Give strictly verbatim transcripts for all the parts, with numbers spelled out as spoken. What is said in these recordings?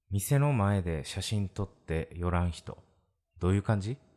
店の前で写真撮って寄らん人。どういう感じ？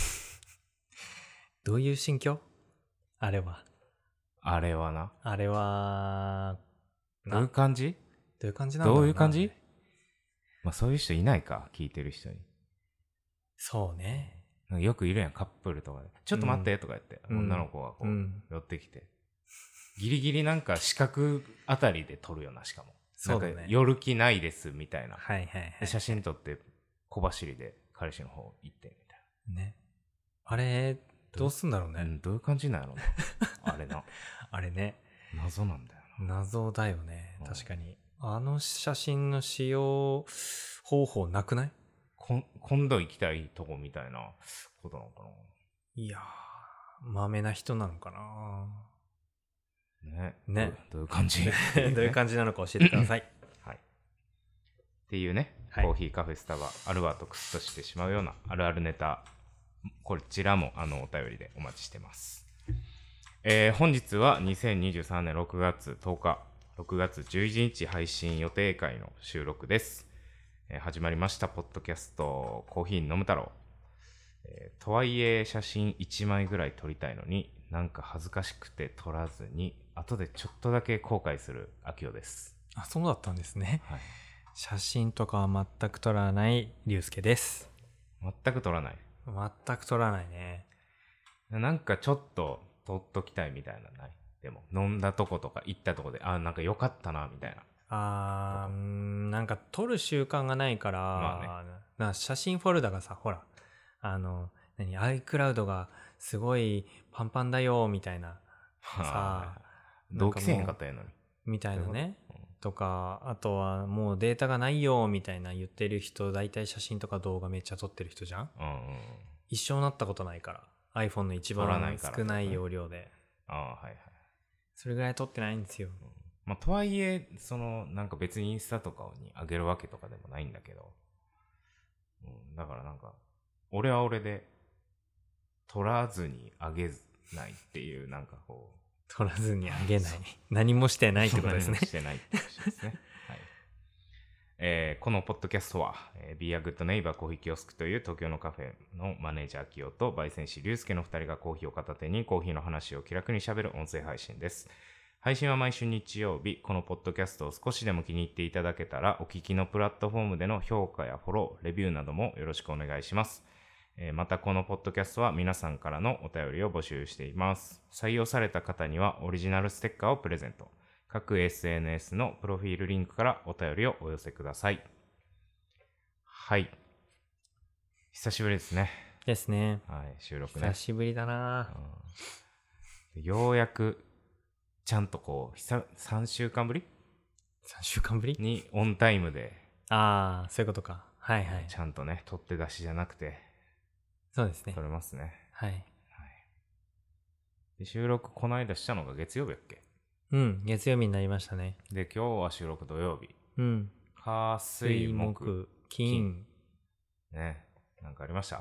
どういう心境？あれは。 あれはな。 あれは、 どういう感じ？ どういう感じなんだろうな。 どういう感じ？まあそういう人いないか、聞いてる人に。 そうね。 なんかよくいるやん、カップルとかで。ちょっと待ってとか言って、 うん女の子がこう、 うん、 寄ってきて。ギリギリなんか四角あたりで撮るよな、しかも。 そうだね。 なんか寄る気ないですみたいな。 はいはいはい。 で写真撮って小走りで彼氏の方行ってみたいな。ね。あれ、どうすんだろうね。 うん、どういう感じなんやろうな。あれな。 あれね。 謎なんだよな。 謎だよね。 うん、 確かに。あの写真の使用方法なくない？ こ今度行きたいとこみたいなことなのかな。 いやー、まめな人なのかな。 ね。 ね。 どういう感じ？ どういう感じなのか教えてください。 はい。っていうね、 はい、 コーヒー、カフェ、スタバ、あるわとクスとしてしまうようなあるあるネタ、こちらもあのお便りでお待ちしてます。えー、本日はにせんにじゅうさんねんろくがつとおか、ろくがつじゅういちにち配信予定会の収録です。えー、始まりましたポッドキャストコーヒー飲む太郎、えー、とはいえ写真いちまいぐらい撮りたいのになんか恥ずかしくて撮らずに後でちょっとだけ後悔する秋代です。 あ、そうだったんですね。 はい、 写真とかは全く撮らない龍介です。 全く撮らない。 全く撮らないね。 なんかちょっと撮っときたいみたいなのない？でも飲んだとことか行ったとこであなんか良かったなみたいな。 あー、うーん、なんか撮る習慣がないから、 まあね、 な写真フォルダがさ、ほら、あの、何、iCloud がすごいパンパンだよ、みたいな、さあ、 同期せえへんかったらええのに。 みたいなね。 うん、 とか、あとはもうデータがないよ、みたいな言ってる人、大体写真とか動画めっちゃ撮ってる人じゃん、 うんうん、 一生なったことないから。iPhone の一番少ない容量で。 ああ、はいはい。 それぐらい撮ってないんですよ。 うん、まあ、とはいえ、その、なんか別にインスタとかに上げるわけとかでもないんだけど、うん、だからなんか、俺は俺で、撮らずに上げないっていう、なんかこう、 撮らずに上げない。何もしてないってことですね。 何もしてないってことですね。はい。えー、このポッドキャストは、えー、Be a Good Neighbor コーヒーキオスクという東京のカフェのマネージャー清と焙煎師龍介のふたりがコーヒーを片手にコーヒーの話を気楽にしゃべる音声配信です。配信は毎週日曜日。このポッドキャストを少しでも気に入っていただけたら、お聞きのプラットフォームでの評価やフォロー、レビューなどもよろしくお願いします。えー、またこのポッドキャストは皆さんからのお便りを募集しています。採用された方にはオリジナルステッカーをプレゼント。各 エスエヌエス のプロフィールリンクからお便りをお寄せください。はい。久しぶりですね。 ですね。 はい、収録ね。 久しぶりだな、 うん、ようやく、ちゃんとこう、さんしゅうかんぶり ? さん 週間ぶりにオンタイムで。 ああ、そういうことか。はいはい。 ちゃんとね、取って出しじゃなくて。 そうですね。 取れますね。 はい。はい、 で収録この間したのが月曜日やっけ？ うん、月曜日になりましたね。 で、今日は収録土曜日。 うん。 火水木金。 ね、なんかありました？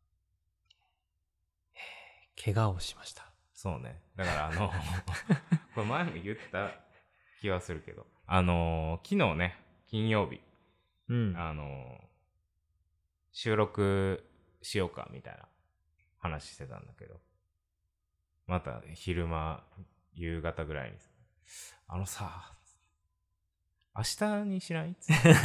怪我をしました。 そうね。だからあの、これ前も言った気はするけど、あのー、昨日ね、金曜日、 うん。 あのー、収録しようかみたいな話してたんだけど、また昼間、夕方ぐらいに、あのさ、明日にしない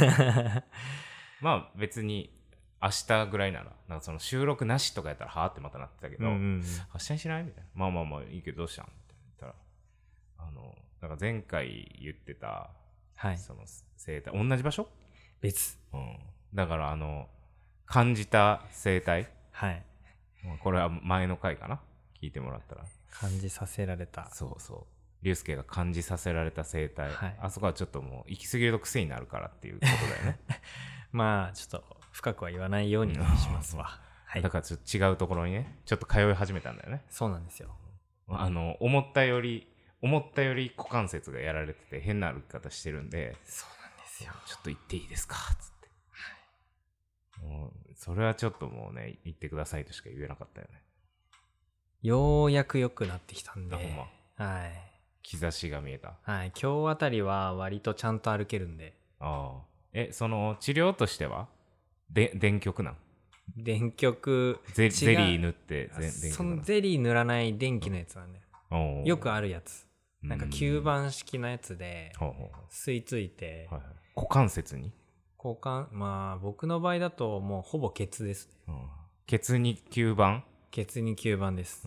まあ別に明日ぐらいなら、なんかその収録なしとかやったらはーってまたなってたけど、うんうんうん、明日にしないみたいな。まあまあまあいいけどどうしたんみたいな言ったら、あの、なんか前回言ってた、 はい、 その生態、同じ場所？ 別。 うん。だからあの、感じた生態。 はい。 これは前の回かな？聞いてもらったら。 感じさせられた。 そうそう。龍介が感じさせられた生態、はい、あそこはちょっともう行き過ぎると癖になるからっていうことだよね。 まあちょっと深くは言わないようにしますわ。 はい、だからちょっと違うところにね、ちょっと通い始めたんだよね。 そうなんですよ。 あの思ったより思ったより股関節がやられてて変な歩き方してるんで、 そうなんですよ。 ちょっと行っていいですかつって。はい、もうそれはちょっともうね行ってくださいとしか言えなかったよね。 ようやく良くなってきたんで。 ほんま。はい。兆しが見えた。 はい。今日あたりは割とちゃんと歩けるんで。 ああ。 えその治療としてはで電極なん電極ゼゼリー塗ってぜ電極そなんのゼリー塗らない電気のやつなんだよ、 おーよくあるやつなんか吸う盤式のやつでほうほうほ吸い付いて、 うはいはい、股関節に、 交換まあ僕の場合だともうほぼケツですね。 うん、ケツに吸盤、 ケツに吸盤です、 うん、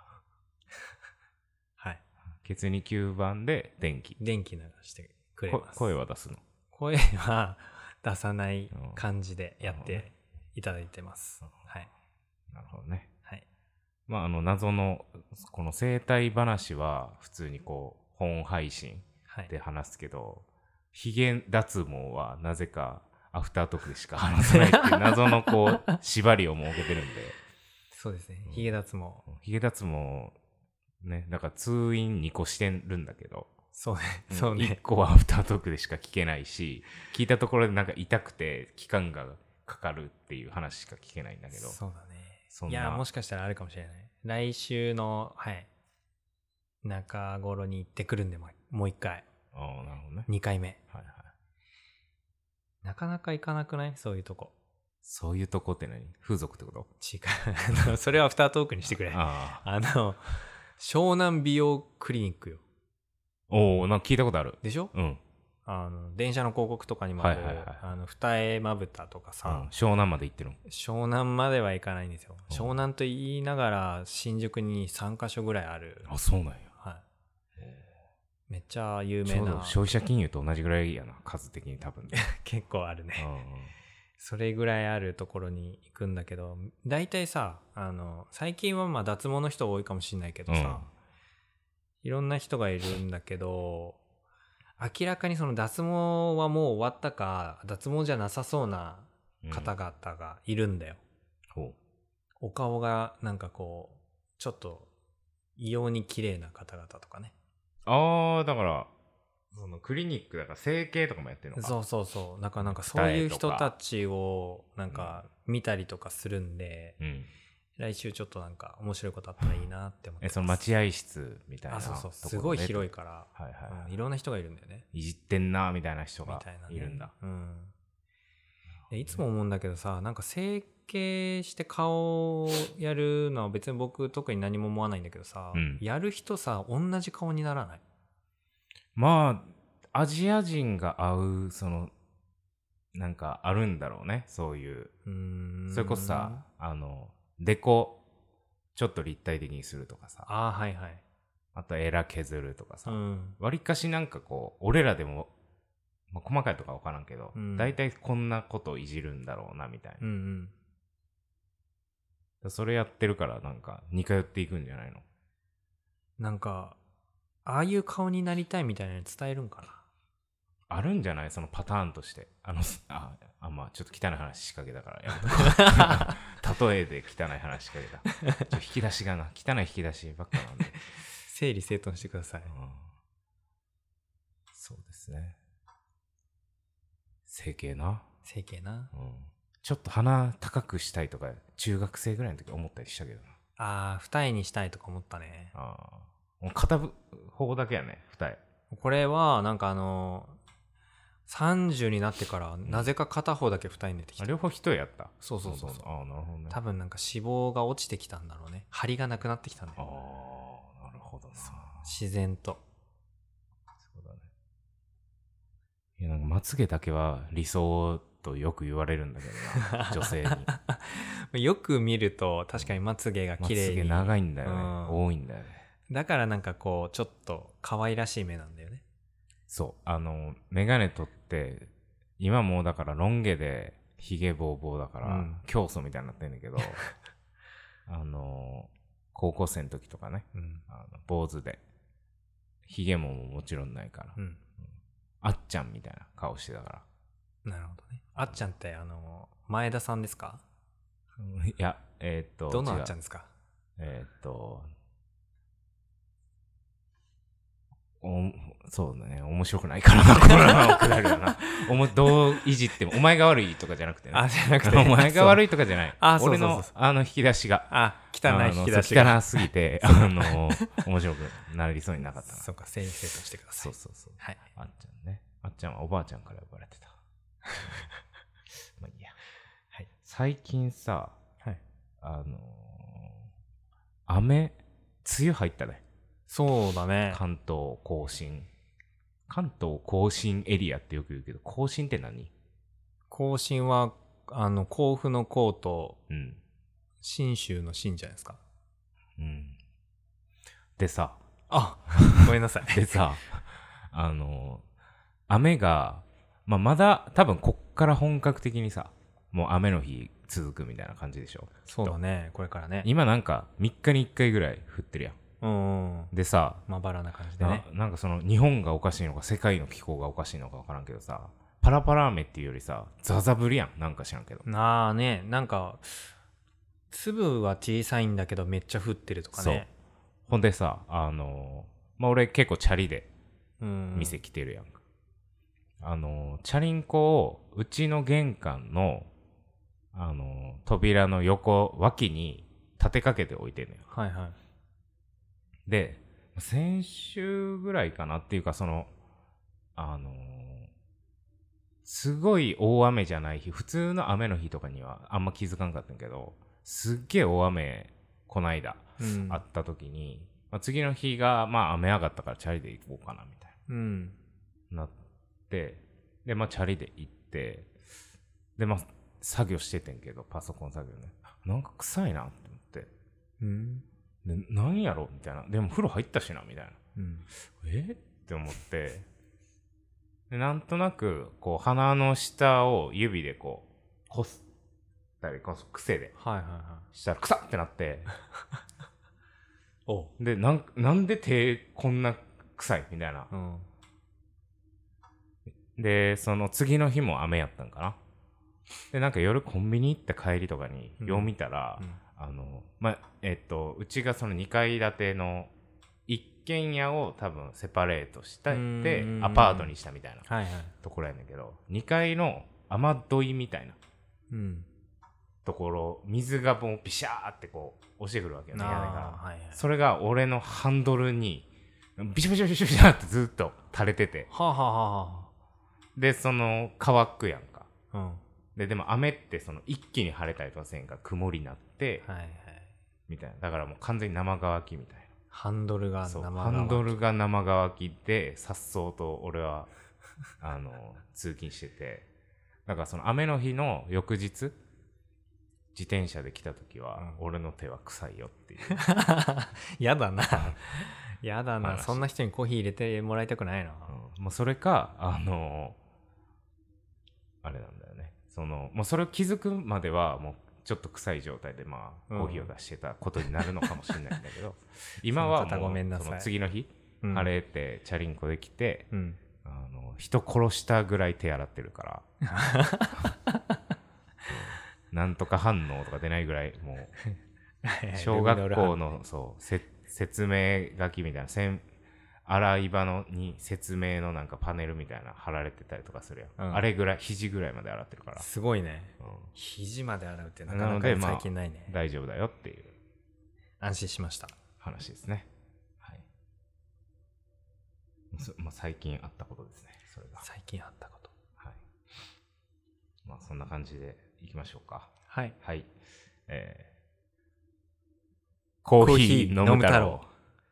はい。 ケツに吸盤で電気電気流してくれます。 声は出すの？ 声は出さない感じでやっていただいてます、 うん、 はい。 なるほどね。 はい。 まああの謎のこの生態話は普通にこう本配信で話すけど、ヒゲ脱毛はなぜかアフタートークでしか話さないっていう謎のこう縛りを設けてるんでそうですね、ヒゲ脱毛、 ヒゲ脱毛ね、だから通院にこしてるんだけど、 そうね、そうね、 いっこはアフタートークでしか聞けないし、聞いたところでなんか痛くて期間がかかるっていう話しか聞けないんだけど、 そうだね、 そんないやもしかしたらあるかもしれない。来週のはい中頃に行ってくるんでもう一回、 ああなるほどね、 にかいめ、 はいはい、 なかなか行かなくない？そういうとこ。 そういうとこって何？風俗ってこと？ 違うそれはアフタートークにしてくれ。ああの湘南美容クリニックよ。 おお、なんか聞いたことあるでしょ。 うん、 あの電車の広告とかにもある、はいはいはい、あの二重まぶたとかさ、 うん、湘南まで行ってるの？ 湘南までは行かないんですよ。湘南と言いながら新宿にさんかしょぐらいある。 あ、そうなんや、 はい、めっちゃ有名な。 ちょうど消費者金融と同じぐらいやな、数的に多分ね結構あるね、 うんうん、 それぐらいあるところに行くんだけど、大体さ、あの最近はまあ脱毛の人多いかもしれないけどさ、うん、いろんな人がいるんだけど、明らかにその脱毛はもう終わったか脱毛じゃなさそうな方々がいるんだよ、うん、お顔がなんかこうちょっと異様に綺麗な方々とかね。 ああ、だからそのクリニックだから整形とかもやってるのか。 そうそうそう、なんかなんかそういう人たちをなんか見たりとかするんで、うん、来週ちょっとなんか面白いことあったらいいなって思ってます。 え、その待合室みたいな。 あ、そうそう、すごい広いから、はいはいはい、うん、いろんな人がいるんだよね。 いじってんなみたいな人がいるんだ、ね、うん、 でいつも思うんだけどさ、なんか整形して顔をやるのは別に僕特に何も思わないんだけどさ、うん、やる人さ同じ顔にならない？ まあアジア人が合うそのなんかあるんだろうね、そういう。うーん、それこそさ、あのデコちょっと立体的にするとかさ、 あ、はいはい、 あとエラ削るとかさ、わり、 うん、 かしなんかこう俺らでも、まあ、細かいとか分からんけど、うん、だいたいこんなこといじるんだろうなみたいな、うんうん、それやってるからなんか似通っていくんじゃないの？ なんかああいう顔になりたいみたいなの伝えるんかな。 あるんじゃない？そのパターンとして。あのああまあちょっと汚い話仕掛けたからやめとこう例えで汚い話仕掛けた。ちょ引き出しがな、汚い引き出しばっかなんで整理整頓してください、うん、 そうですね。整形な整形な、 うん、ちょっと鼻高くしたいとか中学生ぐらいの時思ったりしたけどな。 ああ、二重にしたいとか思ったね。 ああ、片方だけやね、二重。 これはなんかあのさんじゅうになってからなぜか片方だけ二重に出てきた、 うん、両方一重やった。 そうそうそうそう。 ああ、なるほどね。 多分なんか脂肪が落ちてきたんだろうね。張りがなくなってきたんだよ。 ああ、なるほどな。 自然と。 そうだね。いや、なんかまつげだけは理想とよく言われるんだけどな女性によく見ると確かにまつげが綺麗に、 まつげ長いんだよね、うん、多いんだよね。 だからなんかこうちょっと可愛らしい目なんだよね。 そう、あのメガネ取って今もうだからロン毛でヒゲボーボーだから、うん、教祖みたいになってんだけどあの高校生の時とかね、うん、あの坊主でヒゲももちろんないから、うんうん、あっちゃんみたいな顔してたから。 なるほどね。あっちゃんってあの前田さんですか？ いや、えー、っとどのあっちゃんですか？ えー、っとおそうだね、面白くないからなこのくだりだなおもどういじってもお前が悪いとかじゃなくてね。 あ、じゃなくてお前が悪いとかじゃない。 あ、 俺のあの引き出しがあ汚い引き出しが汚すぎてあの面白くなりそうになかったな。 そうか、整理整頓してください。 そうそうそう、 はい。 あっちゃんね。あっちゃんはおばあちゃんから呼ばれてた。 まあいいや、 はい、 最近さ、 はい、 あのー、雨梅雨入ったね。 そうだね。 関東甲信関東甲信エリアってよく言うけど、甲信って何？ 甲信はあの甲府の甲と、 うん、 信州の信じゃないですか。 うん。でさ、 あ、ごめんなさい。 でさ、あのー、雨が、まあ、まだ多分こっから本格的にさ、もう雨の日続くみたいな感じでしょ。 そうだね、これからね。 今なんかみっかにいっかいぐらい降ってるやん。 うんうん。 でさ、 まばらな感じでね。 な, なんかその日本がおかしいのか世界の気候がおかしいのか分からんけどさ、パラパラ雨っていうよりさ、ザザ降りやん。なんか知らんけど。 なあね、なんか粒は小さいんだけどめっちゃ降ってるとかね。 ほんでさ、あのー、まあ俺結構チャリでうん、 店来てるやんか。あのー、チャリンコをうちの玄関のあのー、扉の横脇に立てかけて置いてんのよ。 はいはい。 で、先週ぐらいかなっていうか、そのあのー、すごい大雨じゃない日、普通の雨の日とかにはあんま気づかんかったんけど、すっげえ大雨こないだ、うん、あった時に、まあ、次の日がまあ雨上がったからチャリで行こうかなみたいな、うん、なって、でまあチャリで行って、でまあ作業しててんけど、パソコン作業ね、なんか臭いなって思って、うん、でなんやろみたいな、でも風呂入ったしなみたいな、うん、えって思って、でなんとなくこう鼻の下を指でこうこすったり、こう癖でしたらクサッってなっておでなん、なんで手こんな臭いみたいな、うん、でその次の日も雨やったんかな。でなんか夜コンビニ行って帰りとかによう見たら、うんうん、あのまえっとうちがそのにかい建ての一軒家を多分セパレートしたってアパートにしたみたいなところやねんけど、はいはい、にかいの雨どいみたいな、うん、ところ水がもうビシャーってこう押してくるわけよね、屋根から、はいはい、それが俺のハンドルにビシャビシャビシャビシャってずっと垂れてて、はあはあはあ、でその乾くやんか、うん、ででも雨ってその一気に晴れたりとかせんが曇りになって、はいはい、みたいな、だからもう完全に生乾きみたいな、 ハンドルが生乾き、 ハンドルが生乾きでさっそうと俺はあの通勤してて、だからその雨の日の翌日自転車で来た時は、うん、俺の手は臭いよっていうやだなやだな、そんな人にコーヒー入れてもらいたくないな、 うん、もうそれかあのあれなんだよね、そのもうそれを気づくまではもうちょっと臭い状態でまあコーヒーを出してたことになるのかもしれないんだけど、うん、今はもうその次の日、うん、晴れてチャリンコで来て、うん、あの人殺したぐらい手洗ってるからなんとか反応とか出ないぐらい、もう小学校のそうせ説明書きみたいな、せん洗い場のに説明のなんかパネルみたいな貼られてたりとかするやん、うん、あれぐらい肘ぐらいまで洗ってるから、 すごいね、うん、肘まで洗うってなかなか最近ないね、 まあ、大丈夫だよっていう安心しました話ですね。はい、まあ、最近あったことですね、それが最近あったこと、はい、 まあそんな感じでいきましょうか。 はい、 はい、えー、コーヒー飲む太郎。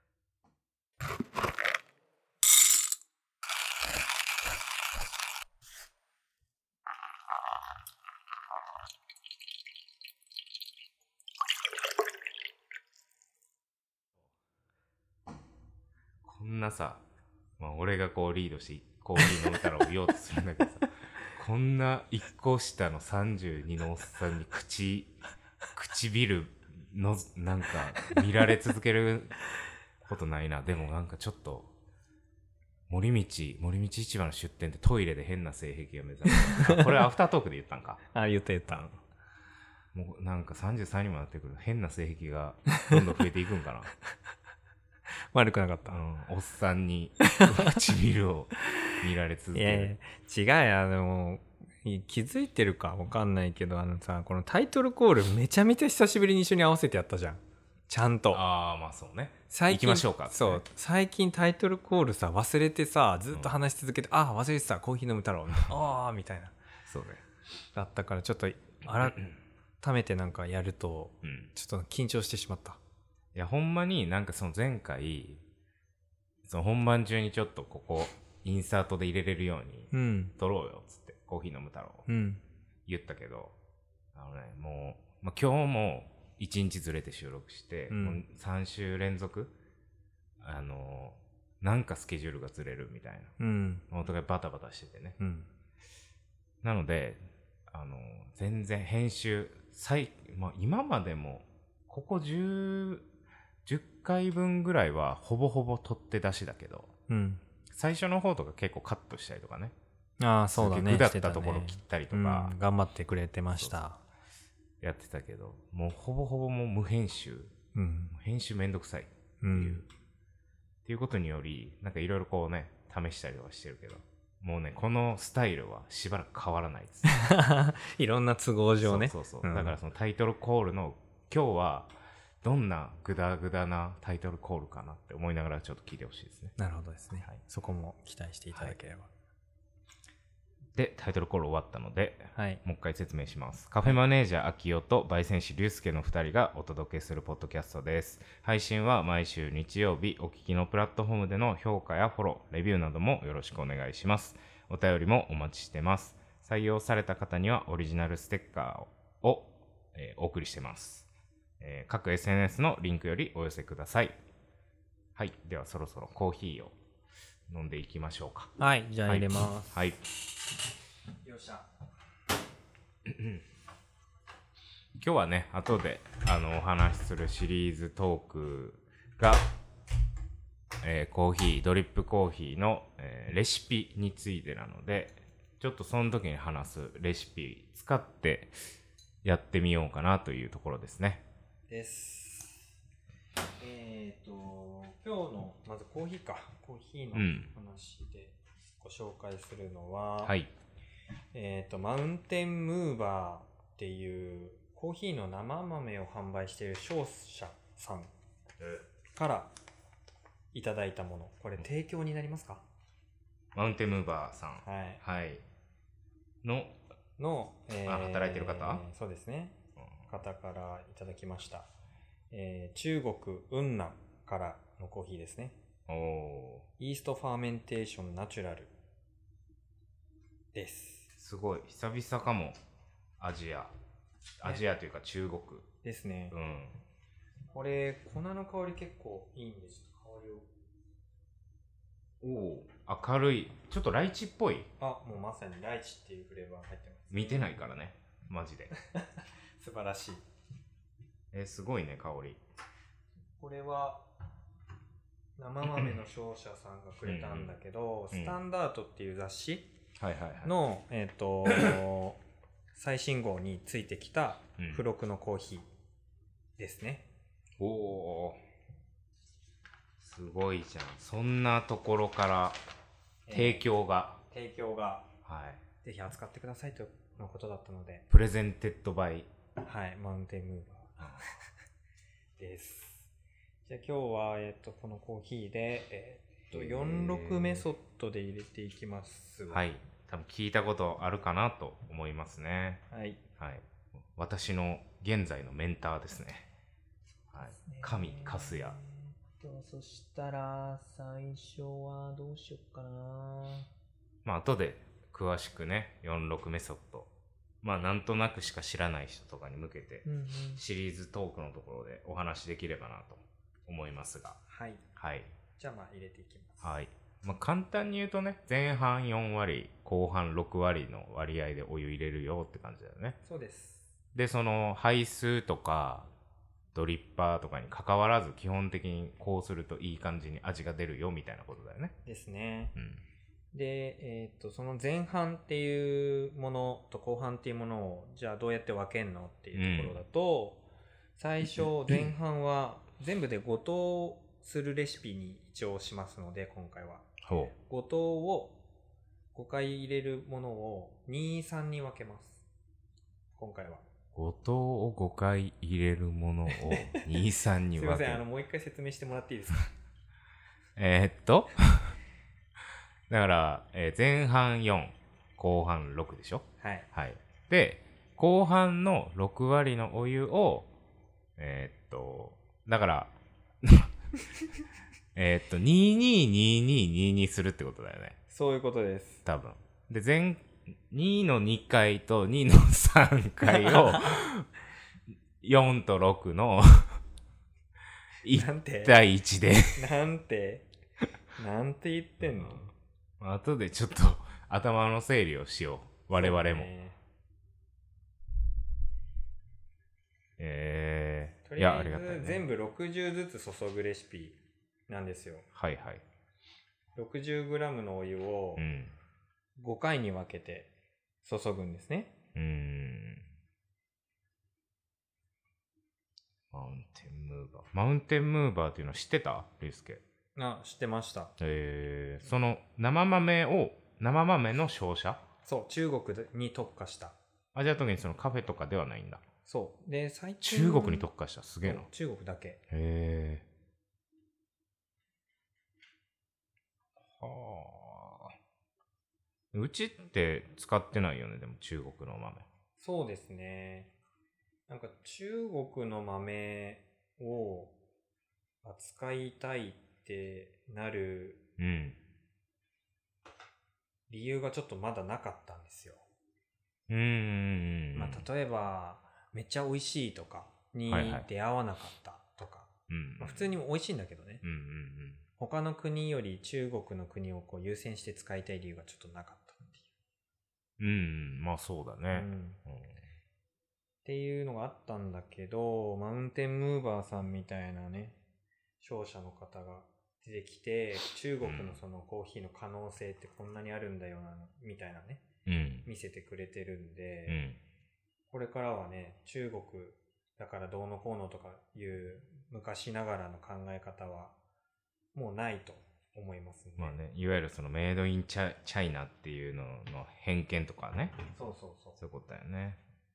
こんなさ、まあ、俺がこうリードしてコーヒー飲む太郎を言おうとするんだけどさこんないっこ下のさんじゅうにのおっさんに口唇のなんか見られ続けることないな。でもなんかちょっと森道森道市場の出店でトイレで変な性癖が目覚めるこれアフタートークで言ったんかあ、言った言った、 もうなんかさんじゅうさんにもなってくる変な性癖がどんどん増えていくんかな悪くなかった、 うん、おっさんに唇を見られ続ける。いやいや違うや、でも気づいてるか分かんないけど、あのさ、このタイトルコールめちゃめちゃ久しぶりに一緒に合わせてやったじゃん、ちゃんと。 ああまあそうね、 最近行きましょうかって、ね、 そう最近タイトルコールさ忘れてさずっと話し続けて、うん、ああ忘れてたコーヒー飲む太郎みたいなああみたいな、 そうね。 だったからちょっと改めてなんかやるとうん。 ちょっと緊張してしまった。 いやほんまになんかその前回その本番中にちょっとここインサートで入れれるようにうん撮ろうよっつってコーヒー飲む太郎うん言ったけど、あのねもう、まあ、今日もいちにちずれて収録して、 うん、 もうさん週連続あのなんかスケジュールがずれるみたいな、 うん、 お互いバタバタしててね、 うん、 なのであの全然編集最、まあ、今までもここじゅう、じゅっかいぶんぐらいはほぼほぼ取って出しだけど、 うん、 最初の方とか結構カットしたりとかね、 ああそうだね、 具だったところ切ったりとか、 ね、うん、頑張ってくれてました。 そうそうやってたけど、もうほぼほぼもう無編集、 うん、 編集めんどくさいっていう、うん、っていうことによりなんかいろいろこうね試したりとかしてるけど、もうねこのスタイルはしばらく変わらないですいろんな都合上ね。 そうそうそう、うん、だからそのタイトルコールの今日はどんなグダグダなタイトルコールかなって思いながらちょっと聞いてほしいですね。 なるほどですね、はい、そこも期待していただければ、はい、 でタイトルコール終わったので、 はい、 もう一回説明します。カフェマネージャー秋代と焙煎師龍介のふたりがお届けするポッドキャストです。配信は毎週日曜日、お聞きのプラットフォームでの評価やフォロー、レビューなどもよろしくお願いします。お便りもお待ちしてます。採用された方にはオリジナルステッカーを、えー、お送りしてます、えー、各 エスエヌエス のリンクよりお寄せください。はい、ではそろそろコーヒーを飲んでいきましょうか。 はい、じゃあ入れます。 はい、はいよっしゃ今日はね後であのお話しするシリーズトークが、えー、コーヒードリップコーヒーの、えー、レシピについてなので、ちょっとその時に話すレシピ使ってやってみようかなというところですね。 です。えっ、ー、と今日のまずコーヒーかコーヒーの話でご紹介するのは、 うん、はい、 えっ、ー、とマウンテンムーバーっていうコーヒーの生豆を販売している商社さんからいただいたもの。これ提供になりますか？ マウンテンムーバーさん、 はい、 はい、のの、えー、 働いてる方、 そうですね、うん、方からいただきました。えー、中国雲南からのコーヒーですね。 おイーストファーメンテーションナチュラルです。 すごい久々かも。アジアアジアというか中国ですね。 うん。 これ粉の香り結構いいんです。香りを。おお、明るい。ちょっとライチっぽい。 あ、もうまさにライチっていうフレーバー入ってます。 見てないからね、マジで。 素晴らしい。 え、すごいね香り。 これは生豆の商社さんがくれたんだけど、うん、スタンダードっていう雑誌の、 はいはいはい、 えっと最新号についてきた付録のコーヒーですね。 うん、おお、すごいじゃん。そんなところから提供が、 えー、提供が、 はい、 ぜひ扱ってくださいとのことだったので、 プレゼンテッドバイ、 はい、マウンテンムーバーです。じゃあ今日は、えー、とこのコーヒーで、えー、とよんじゅうろくメソッドで入れていきます。 はい、多分聞いたことあるかなと思いますね。 はい、 はい、私の現在のメンターですね。はい、神カスヤ。 そしたら最初はどうしよっかな。 まあ後で詳しくねよんじゅうろくメソッド、まあなんとなくしか知らない人とかに向けて、うんうん、シリーズトークのところでお話できればなと思いますが、 はい、 はい、 じゃあまあ入れていきます。 はい、まあ、簡単に言うとね、前半よんわり後半ろくわりの割合でお湯入れるよって感じだよね。 そうです。でその配数とかドリッパーとかに関わらず基本的にこうするといい感じに味が出るよみたいなことだよね。 ですね、 うん、 で、えー、とその前半っていうものと後半っていうものをじゃあどうやって分けんのっていうところだと、うん、最初前半は全部でごとうするレシピに一応しますので、今回はごとうをごかい入れるものをに、さんに分けます。今回はごとうをごかい入れるものをに、さんに分ける。 すいません、あのもう一回説明してもらっていいですか？ えーっとだから、えー、前半よん、 後半ろくでしょ。 はい。 はい。で、後半のろく割のお湯を、えー、っと、だから、えっと、にじゅうに、にじゅうに、にじゅうにするってことだよね。 そういうことです。 多分。で、前、にのにかいとにのさんかいを、よんとろくのいち対いちで。 なんてなんて言ってんの、 うん、後でちょっと頭の整理をしよう。我々も。ね、えー、 とりあえず全部ろくじゅうずつ注ぐレシピなんですよ。 はいはい。 ろくじゅうグラム のお湯をごかいに分けて注ぐんですね。 うーん。マウンテンムーバー。マウンテンムーバーっていうの知ってた？リュウスケ。 あ、知ってました。 えー、その生豆を、生豆の商社？ そう、中国に特化した。 あ、じゃあ特にそのカフェとかではないんだ。 そう。で、最近。 中国に特化した。すげえな。 中国だけ。 へー。はあ。うちって使ってないよね、でも中国の豆。 そうですね。なんか中国の豆を扱いたいってなる理由がちょっとまだなかったんですよ。 うーん。 まあ、例えばめっちゃ美味しいとかに出会わなかったとか、はいはい、まあ、普通に美味しいんだけどね、うんうんうん、他の国より中国の国をこう優先して使いたい理由がちょっとなかったっていう。 うん、まあそうだね、うんうん、 っていうのがあったんだけど、マウンテンムーバーさんみたいなね商社の方が出てきて、中国のそのコーヒーの可能性ってこんなにあるんだよなみたいなね、うん、見せてくれてるんで、うん、これからはね、中国だからどうのこうのとかいう昔ながらの考え方はもうないと思いますね。 まあね、いわゆるそのメイドインチャ、チャイナっていうのの偏見とかね。 そうそうそう。 そういうことだよね。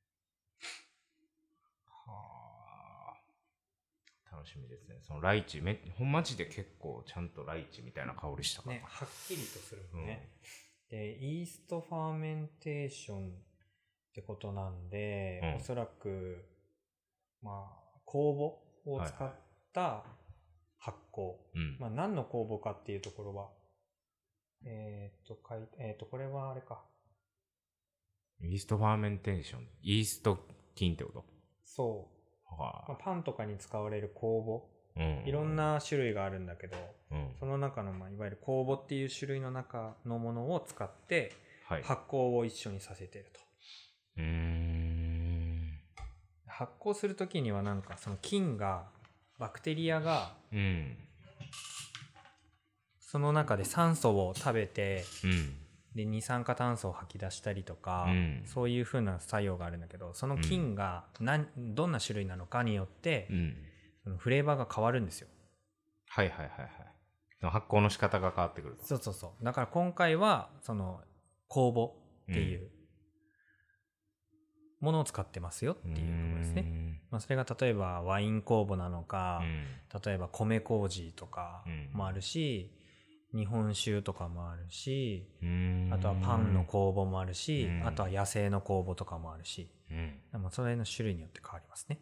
はあ。楽しみですね。そのライチ、めほんまじで結構ちゃんとライチみたいな香りしたから。 ね、はっきりとするもんね。うん、で、イーストファーメンテーションってことなんで、うん、おそらく、まあ、酵母を使った発酵。はいはい、うん、まあ、何の酵母かっていうところは、えっと、書いて、えっと、これはあれか。 イーストファーメンテーション。イースト菌ってこと？ そう。はあ、まあ、パンとかに使われる酵母。うんうん、いろんな種類があるんだけど、うん、その中の、まあ、いわゆる酵母っていう種類の中のものを使って発酵を一緒にさせてると、はい、うーん発酵するときにはなんかその菌がバクテリアが、うん、その中で酸素を食べて、うん、で二酸化炭素を吐き出したりとか、うん、そういう風な作用があるんだけど、その菌が何、うん、どんな種類なのかによって、うんフレーバーが変わるんですよ。 はいはいはいはい。発酵の仕方が変わってくると。 そうそうそう。だから今回はその酵母っていうものを使ってますよっていうところですね。まあ、それが例えばワイン酵母なのか、うん、例えば米麹とかもあるし、うん、日本酒とかもあるし、あとはパンの酵母もあるし、あとは野生の酵母とかもあるし、うん、でもそれの種類によって変わりますね。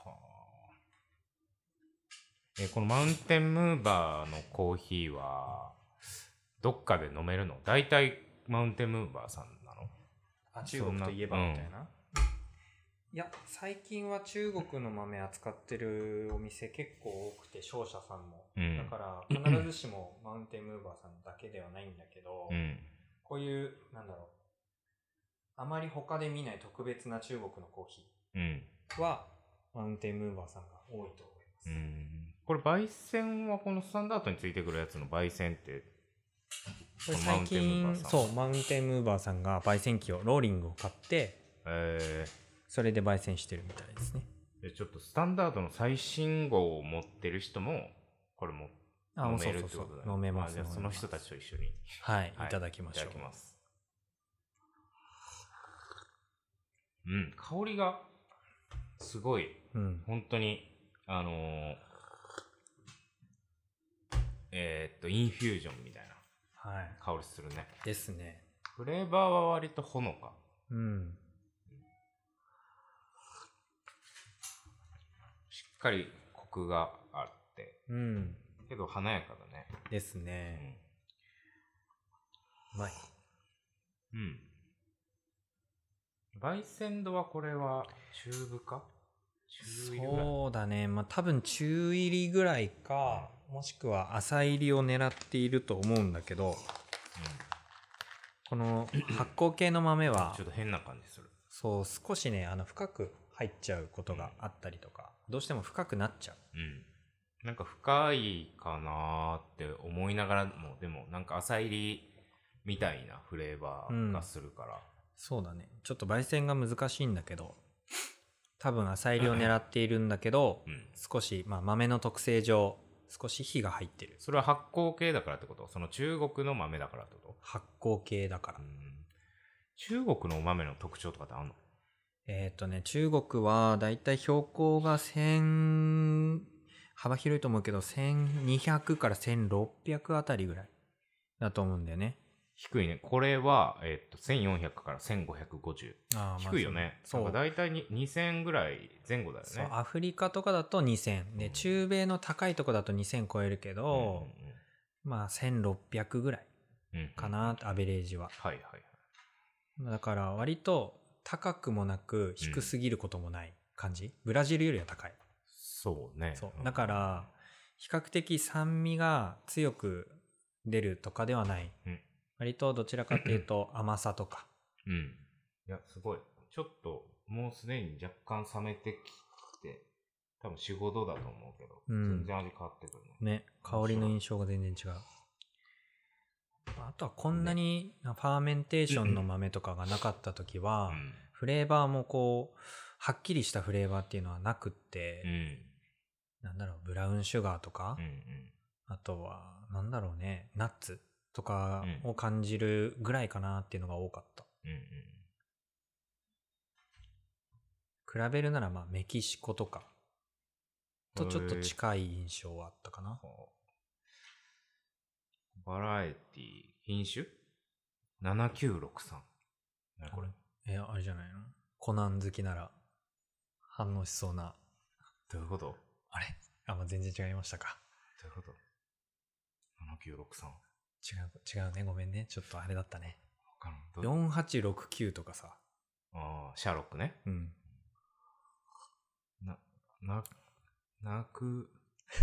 えこのマウンテンムーバーのコーヒーはどっかで飲めるの？大体マウンテンムーバーさんなの？ あ、中国といえばみたいな、うん、いや最近は中国の豆扱ってるお店結構多くて、商社さんも、うん、だから必ずしもマウンテンムーバーさんだけではないんだけど、うん、こういうなんだろう、あまり他で見ない特別な中国のコーヒーは、うん、マウンテンムーバーさんが多いと思います。 うんこれ焙煎はこのスタンダードについてくるやつの焙煎ってこれ最近そうマウンテンムーバーさんが焙煎機をローリングを買って、えー、それで焙煎してるみたいですね。 でちょっとスタンダードの最新号を持ってる人もこれも飲めるってことだね。そうそうそう飲めます。まあ、じゃあその人たちと一緒にはい、はい、いただきましょう。いただきます。 うん香りがすごい、うん、本当にあのー、えー、っとインフュージョンみたいな香りするね、はい、 ですね。 フレーバーは割とほのか。 うん。 しっかりコクがあって。 うん。 けど華やかだね。 ですね。うん、うまい。 うん。バイセンドはこれは中部か？中入りぐらい？ そうだね。まあ多分中入りぐらいか、うん、もしくは浅入りを狙っていると思うんだけど、うん、この発酵系の豆はちょっと変な感じする。 そう、少しね、あの深く入っちゃうことがあったりとか、うん、どうしても深くなっちゃう。 うん。なんか深いかなーって思いながらも、でもなんか浅入りみたいなフレーバーがするから、うん、 そうだね。ちょっと焙煎が難しいんだけど、多分浅入りを狙っているんだけど、うん、少し、まあ、豆の特性上少し火が入ってる。 それは発酵系だからってこと？その中国の豆だからってこと？ 発酵系だから。うん、 中国のお豆の特徴とかってあるの？ えっとね、中国はだいたい標高がせん幅広いと思うけどせんにひゃくからせんろっぴゃくあたりぐらいだと思うんだよね。 低いね。これは、えー、っとせんよんひゃくからせんごひゃくごじゅう。あ、低いよね。そう。なんか大体ににせんぐらい前後だよね。 そう、アフリカとかだとにせんで、うん、中米の高いとこだとにせん超えるけど、うんうんうん、まあせんろっぴゃくぐらいかな、うんうん、アベレージは。 はいはいはい。 だから割と高くもなく低すぎることもない感じ、うん、ブラジルよりは高い。 そうね。 そうだから比較的酸味が強く出るとかではない、うん、割とどちらかというと甘さとか。 うん。いやすごい。ちょっともうすでに若干冷めてきて、多分よん、ごどだと思うけど、うん、全然味変わってくるね。ね、香りの印象が全然違う。あとはこんなにファーメンテーションの豆とかがなかった時は、うん、フレーバーもこうはっきりしたフレーバーっていうのはなくって、うん、なんだろう、ブラウンシュガーとか、うんうん、あとはなんだろうね、ナッツとかを感じるぐらいかなっていうのが多かった。うんうん、比べるならまあメキシコとかとちょっと近い印象はあったかな。 バラエティ品種ななきゅうろくさん。何これ？ え、あれじゃないの？コナン好きなら反応しそうな。 どういうこと？ あれ？あ、まあ、全然違いましたか。 どういうこと？ななきゅうろくさん。 違う、違うね。ごめんね。ちょっとあれだったね。よんはちろくきゅうとかさ。 ああ、シャーロックね。 うん。 な、な、なく、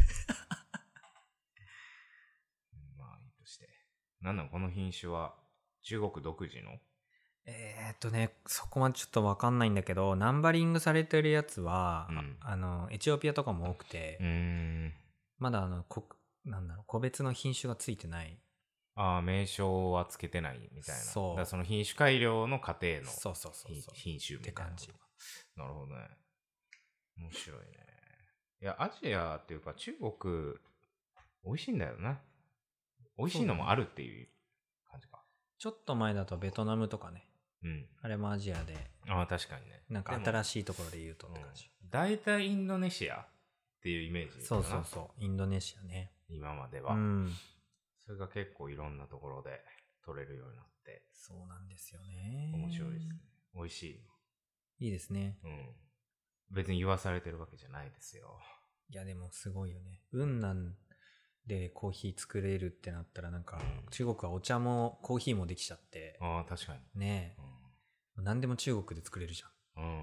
まあいいとして。なんなんこの品種は中国独自の？ えーっとね、そこまでちょっとわかんないんだけど、ナンバリングされてるやつは、うん、あの、エチオピアとかも多くて、 うーんまだあの、こ、なんだろう、個別の品種がついてない。 ああ、名称はつけてないみたいな。そう。だからその品種改良の過程のそうそうそうそう品種みたいな。 って感じ。 なるほどね。面白いね。いや、アジアっていうか中国、美味しいんだよね。美味しいのもあるっていう感じか。 ちょっと前だとベトナムとかね。 うん。 あれもアジアで。 ああ、確かにね。 なんか新しいところで言うとって感じ。 大体、うん、インドネシアっていうイメージかな。 そうそうそう。インドネシアね。 今までは。うん。それが結構いろんなところで取れるようになって。 そうなんですよね。 面白いですね。美味しい。いいですね。 うん。別に言わされてるわけじゃないですよ。 いやでもすごいよね。雲南でコーヒー作れるってなったらなんか、うん、中国はお茶もコーヒーもできちゃって。 ああ、確かに。 ねえ、うん。何でも中国で作れるじゃん。 うんうんうん。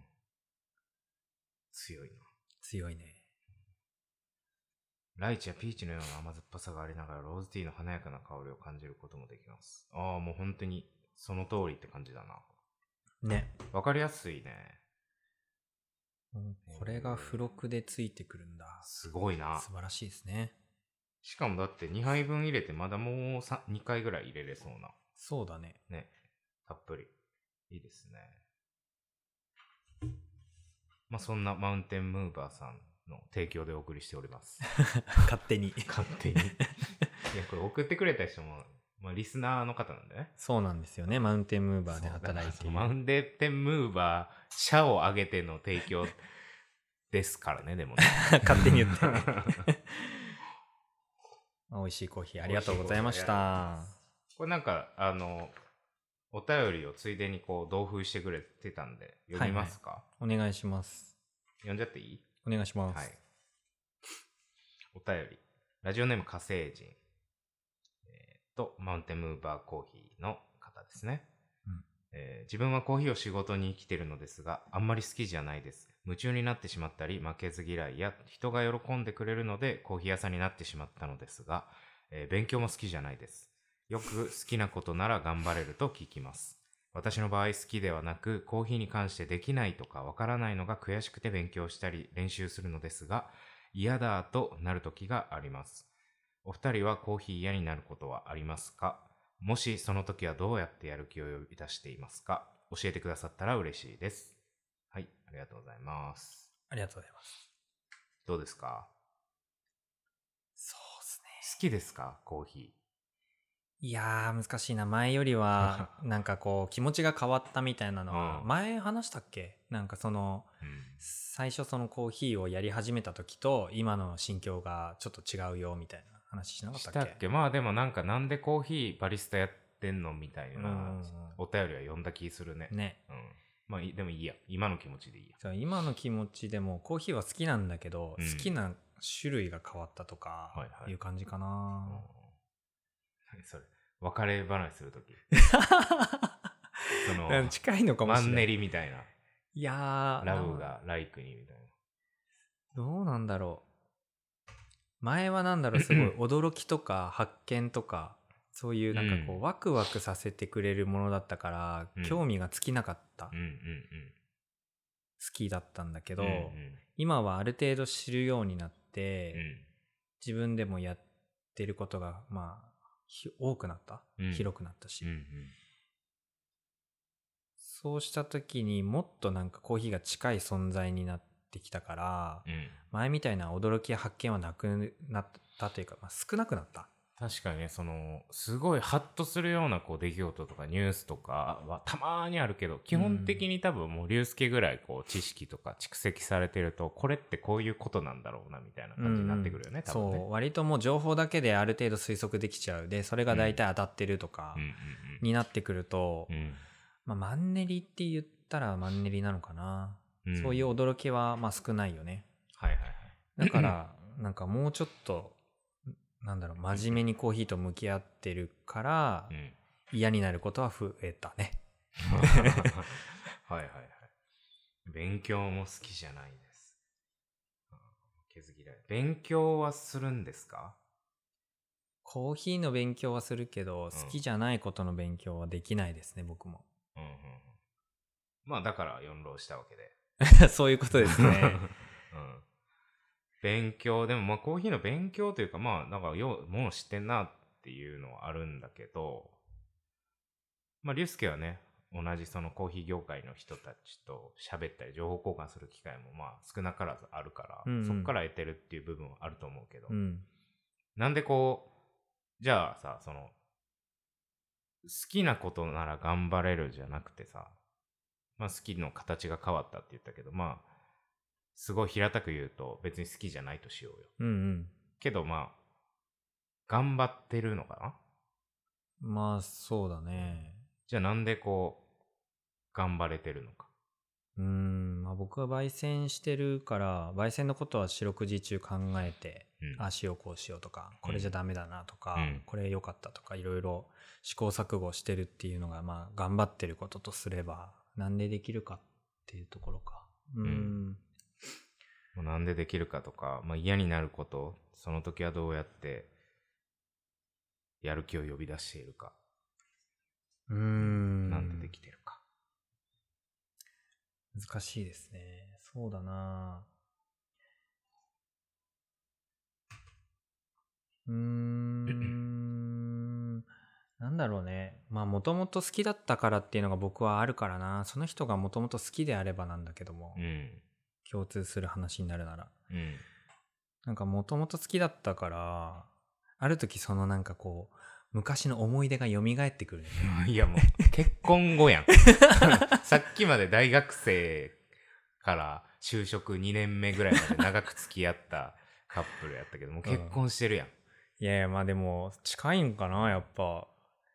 強いな。 強いね。 ライチやピーチのような甘酸っぱさがありながらローズティーの華やかな香りを感じることもできます。ああ、もう本当にその通りって感じだな。 ね。 わかりやすいね。 これが付録でついてくるんだ。 すごいな。 素晴らしいですね。 しかもだってにはいぶん入れてまだもうにかいぐらい入れれそうな。 そうだね。 ね。たっぷり。いいですね。まあそんなマウンテンムーバーさんの提供でお送りしております。 勝手に。 勝手に。いや、これ送ってくれた人も、まあリスナーの方なんだね。 そうなんですよね。マウンテンムーバーで働いている。 マウンテンムーバー、社を挙げての提供ですからね、でもね。 勝手に言って、ね。美味しいコーヒーありがとうございました。 これなんか、あの、 お便りをついでにこう同封してくれてたんで読みますか？ はいはい、お願いします。 読んじゃっていい？ お願いします。 はい。お便り。ラジオネーム火星人。えー、と、マウンテンムーバーコーヒーの方ですね。 うんえー、自分はコーヒーを仕事に生きてるのですが、あんまり好きじゃないです。夢中になってしまったり、負けず嫌いや人が喜んでくれるのでコーヒー屋さんになってしまったのですが、えー、勉強も好きじゃないです。よく好きなことなら頑張れると聞きます。私の場合好きではなく、コーヒーに関してできないとかわからないのが悔しくて勉強したり練習するのですが、嫌だとなる時があります。お二人はコーヒー嫌になることはありますか？もしその時はどうやってやる気を呼び出していますか？教えてくださったら嬉しいです。はい、ありがとうございます。 ありがとうございます。 どうですか？ そうですね。 好きですか？コーヒー。 いやー難しいな。前よりはなんかこう気持ちが変わったみたいなのは、 うん前話したっけ？なんかその、 うん、 最初そのコーヒーをやり始めた時と今の心境がちょっと違うよみたいな話しなかったっけ？ したっけ？まあでもなんかなんでコーヒーバリスタやってんのみたいなうんうんお便りは読んだ気するね。 ね。 うん。まあでもいいや。今の気持ちでいいや。 そう今の気持ちでもコーヒーは好きなんだけど、 うん好きな種類が変わったとかはいはいいう感じかな。 うん何それ？別れ話するとき。その近いのかもしれない。 マンネリみたいな。 いやーラブがライクにみたいな。 どうなんだろう。前はなんだろう、すごい驚きとか発見とか、そういうなんかこう、 うんワクワクさせてくれるものだったから、 うん興味が尽きなかった。 うんうんうん。 好きだったんだけど、 うんうん今はある程度知るようになって、 うん自分でもやってることが、まあ、ひ多くなった、 うん広くなったし、 うんうんそうした時にもっとなんかコーヒーが近い存在になってきたから、 うん前みたいな驚きや発見はなくなったというか、まあ、少なくなった。 確かにね、そのすごいハッとするようなこう出来事とかニュースとかはたまーにあるけど、基本的に多分もう龍介ぐらいこう知識とか蓄積されてると、これってこういうことなんだろうなみたいな感じになってくるよね、 うん、 多分ね。 そう割ともう情報だけである程度推測できちゃう。でそれが大体当たってるとかうんうんになってくると、 うんうんまあ、マンネリって言ったらマンネリなのかな、 うん、 そういう驚きはまあ少ないよね。 はいはいはい。 だからなんかもうちょっとなんだろう、真面目にコーヒーと向き合ってるから、 うん、 嫌になることは増えたね。 はいはいはい。勉強も好きじゃないです。削ぎられ。勉強はするんですか？ コーヒーの勉強はするけど、 うん、 好きじゃないことの勉強はできないですね、僕も。 うんうんうん、まあだから四浪したわけで。 そういうことですね。 うん勉強、でもまあコーヒーの勉強というか、まあなんかよう、もう知ってんなっていうのはあるんだけど、まあ龍介はね、同じそのコーヒー業界の人たちと喋ったり情報交換する機会もまあ少なからずあるから、うんうん、そっから得てるっていう部分はあると思うけど、 うん、 なんでこう、じゃあさ、その、好きなことなら頑張れるじゃなくてさ、まあ好きの形が変わったって言ったけど、まあ、すごい平たく言うと別に好きじゃないとしようよ。 うんうん。 けどまあ、頑張ってるのかな？ まあそうだね。 じゃあなんでこう、頑張れてるのか。 うーん、まあ僕は焙煎してるから、焙煎のことは四六時中考えて、うん、ああしようこうしようとか、これじゃダメだなとか、うん、これ良かったとか、いろいろ試行錯誤してるっていうのが、まあ頑張ってることとすれば、なんでできるかっていうところか。うーん。うんなんでできるかとか、まあ、嫌になること、その時はどうやってやる気を呼び出しているか、 うーんなんでできてるか。 難しいですね。そうだな。うーんなんだろうね。まあもともと好きだったからっていうのが僕はあるからな。その人がもともと好きであればなんだけども。 うん共通する話になるなら、 うん、 なんかもともと好きだったからある時そのなんかこう昔の思い出が蘇ってくる、ね、 いやもう結婚後やんさっきまで大学生から就職にねんめぐらいまで長く付き合ったカップルやったけどもう結婚してるやん、 うん、いやいやまあでも近いんかなやっぱ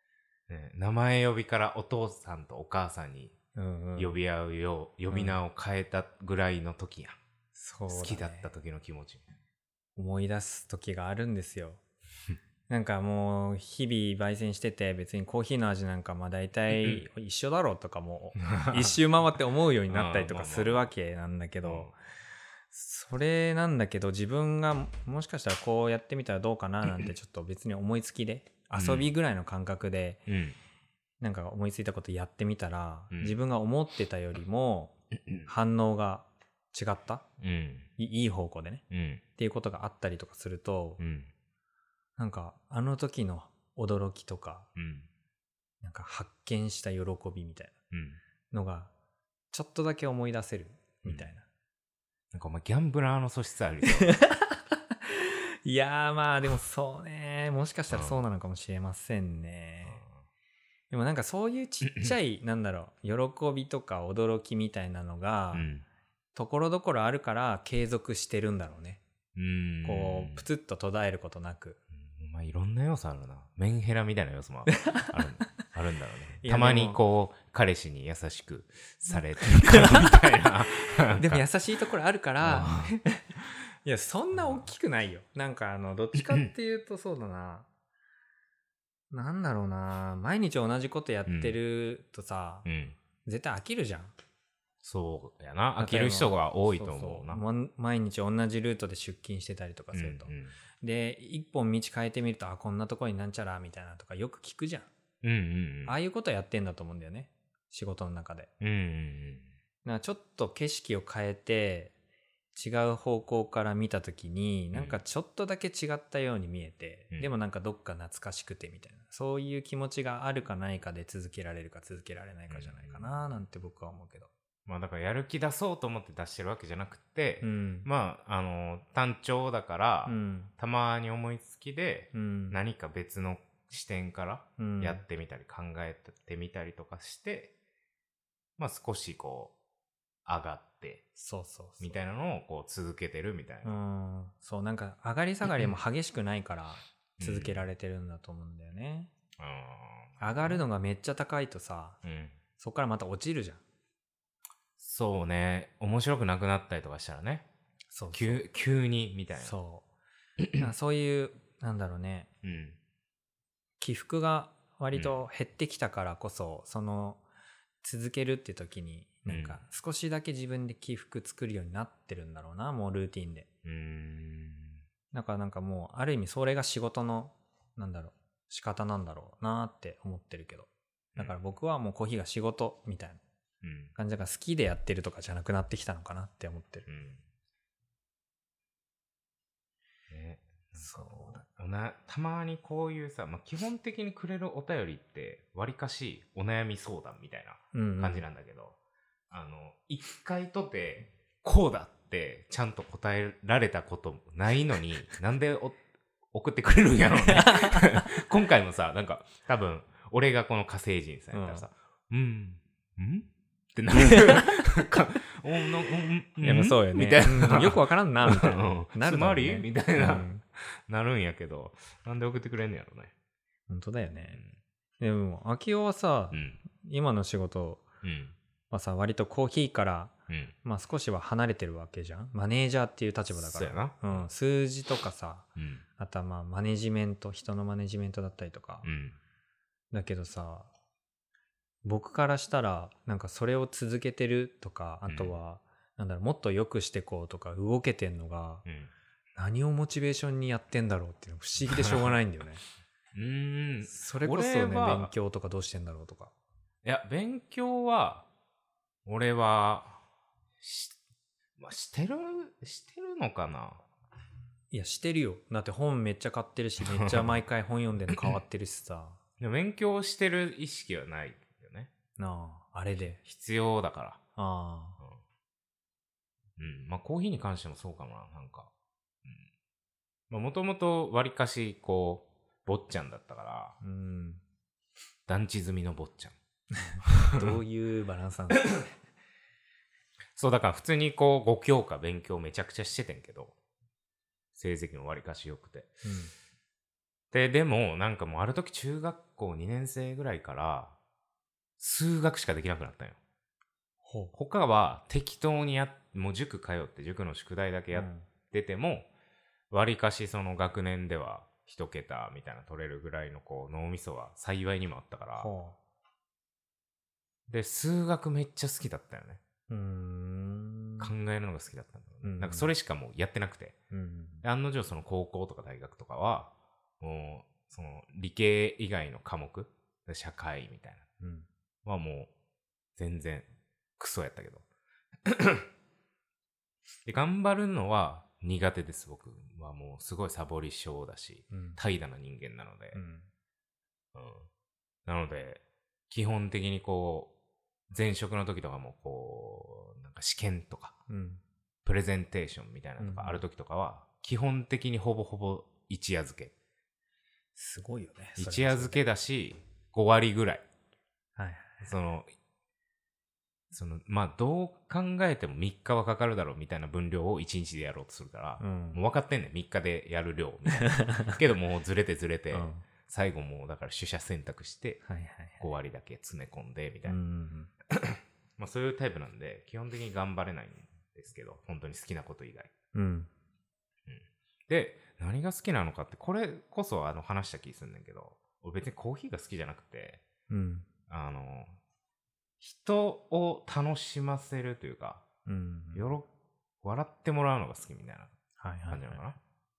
ね、名前呼びからお父さんとお母さんにうんうん、 呼び合うよう、呼び名を変えたぐらいの時やん、 そうだね、 好きだった時の気持ち思い出す時があるんですよなんかもう日々焙煎してて別にコーヒーの味なんかまあ大体一緒だろうとかも一周回って思うようになったりとかするわけなんだけど、それなんだけど自分がもしかしたらこうやってみたらどうかななんてちょっと別に思いつきで遊びぐらいの感覚でなんか思いついたことやってみたら自分が思ってたよりも反応が違った、うん、いい方向でね、うん、っていうことがあったりとかすると、うん、なんかあの時の驚きとか、うん、なんか発見した喜びみたいなのがちょっとだけ思い出せるみたいな、うん、 なんかお前ギャンブラーの素質あるよいやーまあでもそうね、もしかしたらそうなのかもしれませんね、うん、でもなんかそういうちっちゃいなんだろう喜びとか驚きみたいなのが、うんところどころあるから継続してるんだろうね。うーんこうプツッと途絶えることなく。 うん、まあいろんな要素あるな。メンヘラみたいな要素もあるあるんだろうね。たまにこう彼氏に優しくされてるからみたいな。 でも優しいところあるから。いやそんな大きくないよ。なんかあのどっちかっていうとそうだな。なんだろうな。毎日同じことやってるとさ、うんうん、絶対飽きるじゃん。 そうやな、飽きる人が多いと思うな。 そうそう毎日同じルートで出勤してたりとかすると、うんうん、で一本道変えてみるとあこんなとこになんちゃらみたいなとかよく聞くじゃん、うんうんうん、ああいうことやってんだと思うんだよね仕事の中で、うんうんうん、なんかちょっと景色を変えて違う方向から見た時になんかちょっとだけ違ったように見えて、うん、でもなんかどっか懐かしくてみたいなそういう気持ちがあるかないかで続けられるか続けられないかじゃないかななんて僕は思うけど、 まあだからやる気出そうと思って出してるわけじゃなくて、うん、まああの単調だから、うん、たまに思いつきで、うん、何か別の視点からやってみたり考えてみたりとかして、まあ少しこう上がってそうそうそうみたいなのをこう続けてるみたいな、うん、 そうなんか上がり下がりも激しくないから続けられてるんだと思うんだよね、うん、上がるのがめっちゃ高いとさ、うん、そこからまた落ちるじゃん。 そうね、面白くなくなったりとかしたらね、そうそう 急, 急にみたいな、 そうそういうなんだろうね、うん、起伏が割と減ってきたからこそ、うん、その続けるって時になんか少しだけ自分で起伏作るようになってるんだろうな、もうルーティンで。うーんだからなんかもうある意味それが仕事のなんだろう仕方なんだろうなって思ってるけど、だから僕はもうコーヒーが仕事みたいな感じだから好きでやってるとかじゃなくなってきたのかなって思ってる、 うんね、そうだたまにこういうさ、まあ、基本的にくれるお便りってわりかしお悩み相談みたいな感じなんだけど、うんうん、あの一回とてこうだってちゃんと答えられたことないのになんでお送ってくれるんやろうね今回もさなんか多分俺がこの火星人さんやったらさうん、うん、んってなるおのうんいやそうよねみたいな、うん、よくわからんなみたいな、うん、 なるだろうねみたいな、うん、なるんやけどなんで送ってくれんのやろね。 本当だよね、うん、でも秋夫はさ、うん、今の仕事はさ割とコーヒーから、うんまあ、少しは離れてるわけじゃん。マネージャーっていう立場だから、 そうやな、 うん、数字とかさ、うん、あとはまあマネジメント人のマネジメントだったりとか、うん、だけどさ僕からしたらなんかそれを続けてるとかあとは、うん、なんだろうもっと良くしてこうとか動けてんのが、うん、何をモチベーションにやってんだろうっていうの不思議でしょうがないんだよねうーんそれこそね勉強とかどうしてんだろうとか。 いや勉強は俺は し,、まあ、してるしてるのかな。 いやしてるよ。だって本めっちゃ買ってるしめっちゃ毎回本読んでるの変わってるしさでも勉強してる意識はないなあ、あれで必要だから。ああ、うん、うん、まあコーヒーに関してもそうかもな、なんか、うん、まあもともとわりかしこう坊ちゃんだったから、うん、団地済みの坊ちゃん。どういうバランスなんですか。 そうだから普通にこうご教科勉強めちゃくちゃしててんけど、成績もわりかし良くて。うんで、でも、なんかもうある時中学校校にねん生ぐらいから数学しかできなくなったんよ。 ほう。 他は適当にやもう塾通って塾の宿題だけやってても、わりかしその学年では一桁みたいな取れるぐらいのこう脳みそは幸いにもあったから、 ほで数学めっちゃ好きだったよね。 う。うーん。 考えるのが好きだったんだろうね、 うん、 なんかそれしかもうやってなくて、 うん、 で案の定その高校とか大学とかはもうその理系以外の科目社会みたいな、うん、はもう全然クソやったけどで頑張るのは苦手です。僕はもうすごいサボり症だし、うん、怠惰な人間なので、うんうん、なので基本的にこう前職の時とかもこうなんか試験とか、うん、プレゼンテーションみたいなのとかある時とかは基本的にほぼほぼ一夜漬け。 すごいよね。 一夜漬けだしご割ぐらい、はい、そのそのまあどう考えてもみっかはかかるだろうみたいな分量をいちにちでやろうとするから、うん、もう分かってんねんみっかでやる量みたいなけどもうずれてずれて、うん、最後もうだから取捨選択してご割だけ詰め込んでみたいな、まあそういうタイプなんで基本的に頑張れないんですけど、本当に好きなこと以外、うんうん、で何が好きなのかってこれこそあの話した気するんだけど、俺別にコーヒーが好きじゃなくて、うん、あの人を楽しませるというか、うんうん、よろ笑ってもらうのが好きみたいな感じなのかな、はいはいはい、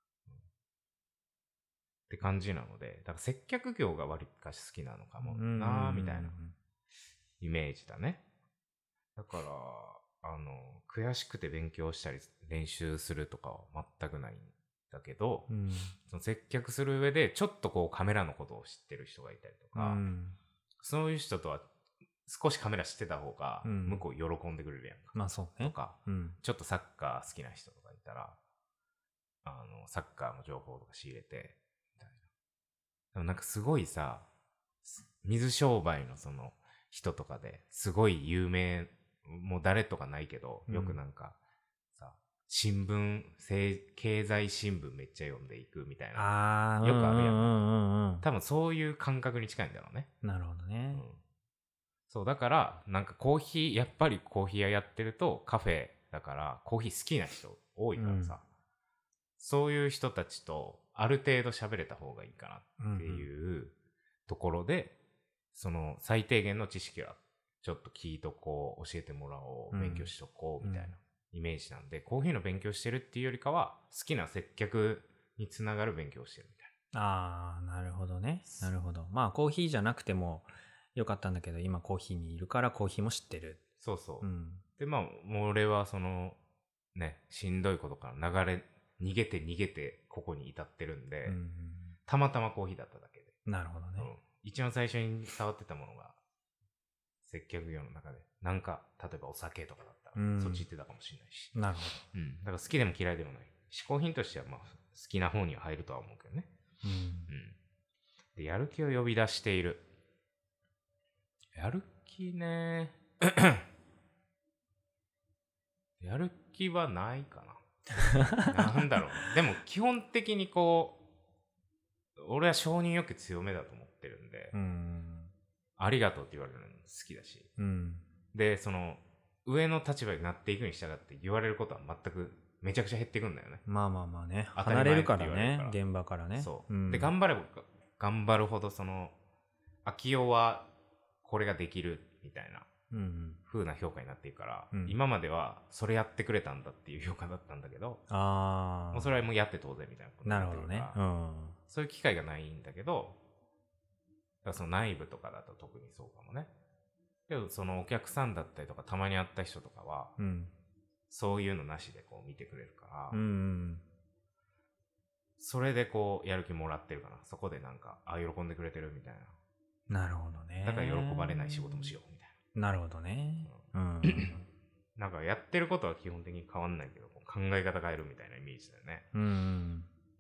って感じなので、だから接客業がわりかし好きなのかもなみたいなイメージだね。だからあの悔しくて勉強したり練習するとかは全くないんだけど、うん、その接客する上でちょっとこうカメラのことを知ってる人がいたりとか、うん、そういう人とは少しカメラ知ってた方が向こう喜んでくれるやんか、うん、まあそうね、とか、うん、ちょっとサッカー好きな人とかいたらあのサッカーの情報とか仕入れてみたいな。でもなんかすごいさ、水商売のその人とかですごい有名、もう誰とかないけど、よくなんか、うん、さ新聞経済新聞めっちゃ読んでいくみたいな、よくあるやん、うんうんうん、多分そういう感覚に近いんだろうね。 なるほどね、うん、 そうだからなんかコーヒーやっぱりコーヒー屋やってるとカフェだからコーヒー好きな人多いからさ、うん、そういう人たちとある程度喋れた方がいいかなっていうところで、うんうん、その最低限の知識はちょっと聞いとこう、教えてもらおう、勉強しとこうみたいなイメージなんで、うん、コーヒーの勉強してるっていうよりかは好きな接客につながる勉強をしてるみたいな。 ああ、なるほどね。なるほど。まあコーヒーじゃなくてもよかったんだけど、今コーヒーにいるからコーヒーも知ってる。 そうそう、うん、でまあもう俺はそのねしんどいことから流れ逃げて逃げてここに至ってるんで、うんうん、たまたまコーヒーだっただけで。 なるほどね、うん、 一番最初に触ってたものが接客業の中でなんか例えばお酒とかだったら、うん、そっち行ってたかもしれないし。 なるほど、うん、だから好きでも嫌いでもない嗜好品としてはまあ好きな方には入るとは思うけどね、うんうん、でやる気を呼び出している。やる気ねやる気はないかななんだろうね。でも基本的にこう俺は承認欲求強めだと思ってるんで、うん、ありがとうって言われるの好きだし、うん、でその上の立場になっていくに従って言われることは全くめちゃくちゃ減っていくんだよね。 まあまあまあね、離れるからね、現場からね。 そう、うん、で頑張れば頑張るほどその秋代はこれができるみたいな風な評価になっていくから、うん、今まではそれやってくれたんだっていう評価だったんだけど、あもうそれはもうやって当然みたいなことになってるから、なるほどね、うん、そういう機会がないんだけど、だからその内部とかだと特にそうかもね。けどそのお客さんだったりとかたまに会った人とかは、うん、そういうのなしでこう見てくれるから、うんうん、それでこうやる気もらってるかな。そこでなんかあ喜んでくれてるみたいな。 なるほどね。 だから喜ばれない仕事もしようみたいな。なるほどね。うん。 なんかやってることは基本的に変わんないけど、考え方変えるみたいなイメージだよね。うん。うん。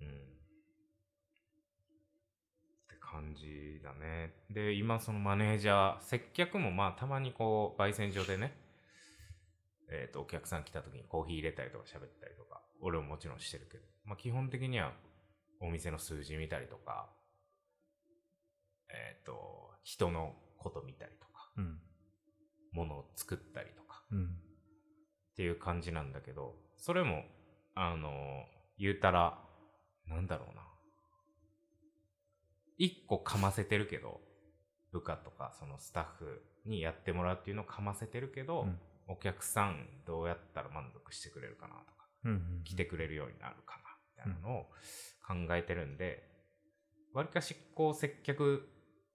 って感じだね。で、今そのマネージャー、接客もまあたまにこう、焙煎所でね、えっと、お客さん来た時にコーヒー入れたりとか喋ったりとか、俺ももちろんしてるけど、まあ基本的にはお店の数字見たりとか、 えーと、人のこと見たりとか、 うん、 ものを作ったりとか、 うん、 っていう感じなんだけど、それもあの言うたらなんだろうな、一個かませてるけど、部下とかそのスタッフにやってもらうっていうのをかませてるけど、うん、お客さんどうやったら満足してくれるかなとか、うんうんうん、来てくれるようになるかなみたいなのを考えてるんで、わりかしこう接客、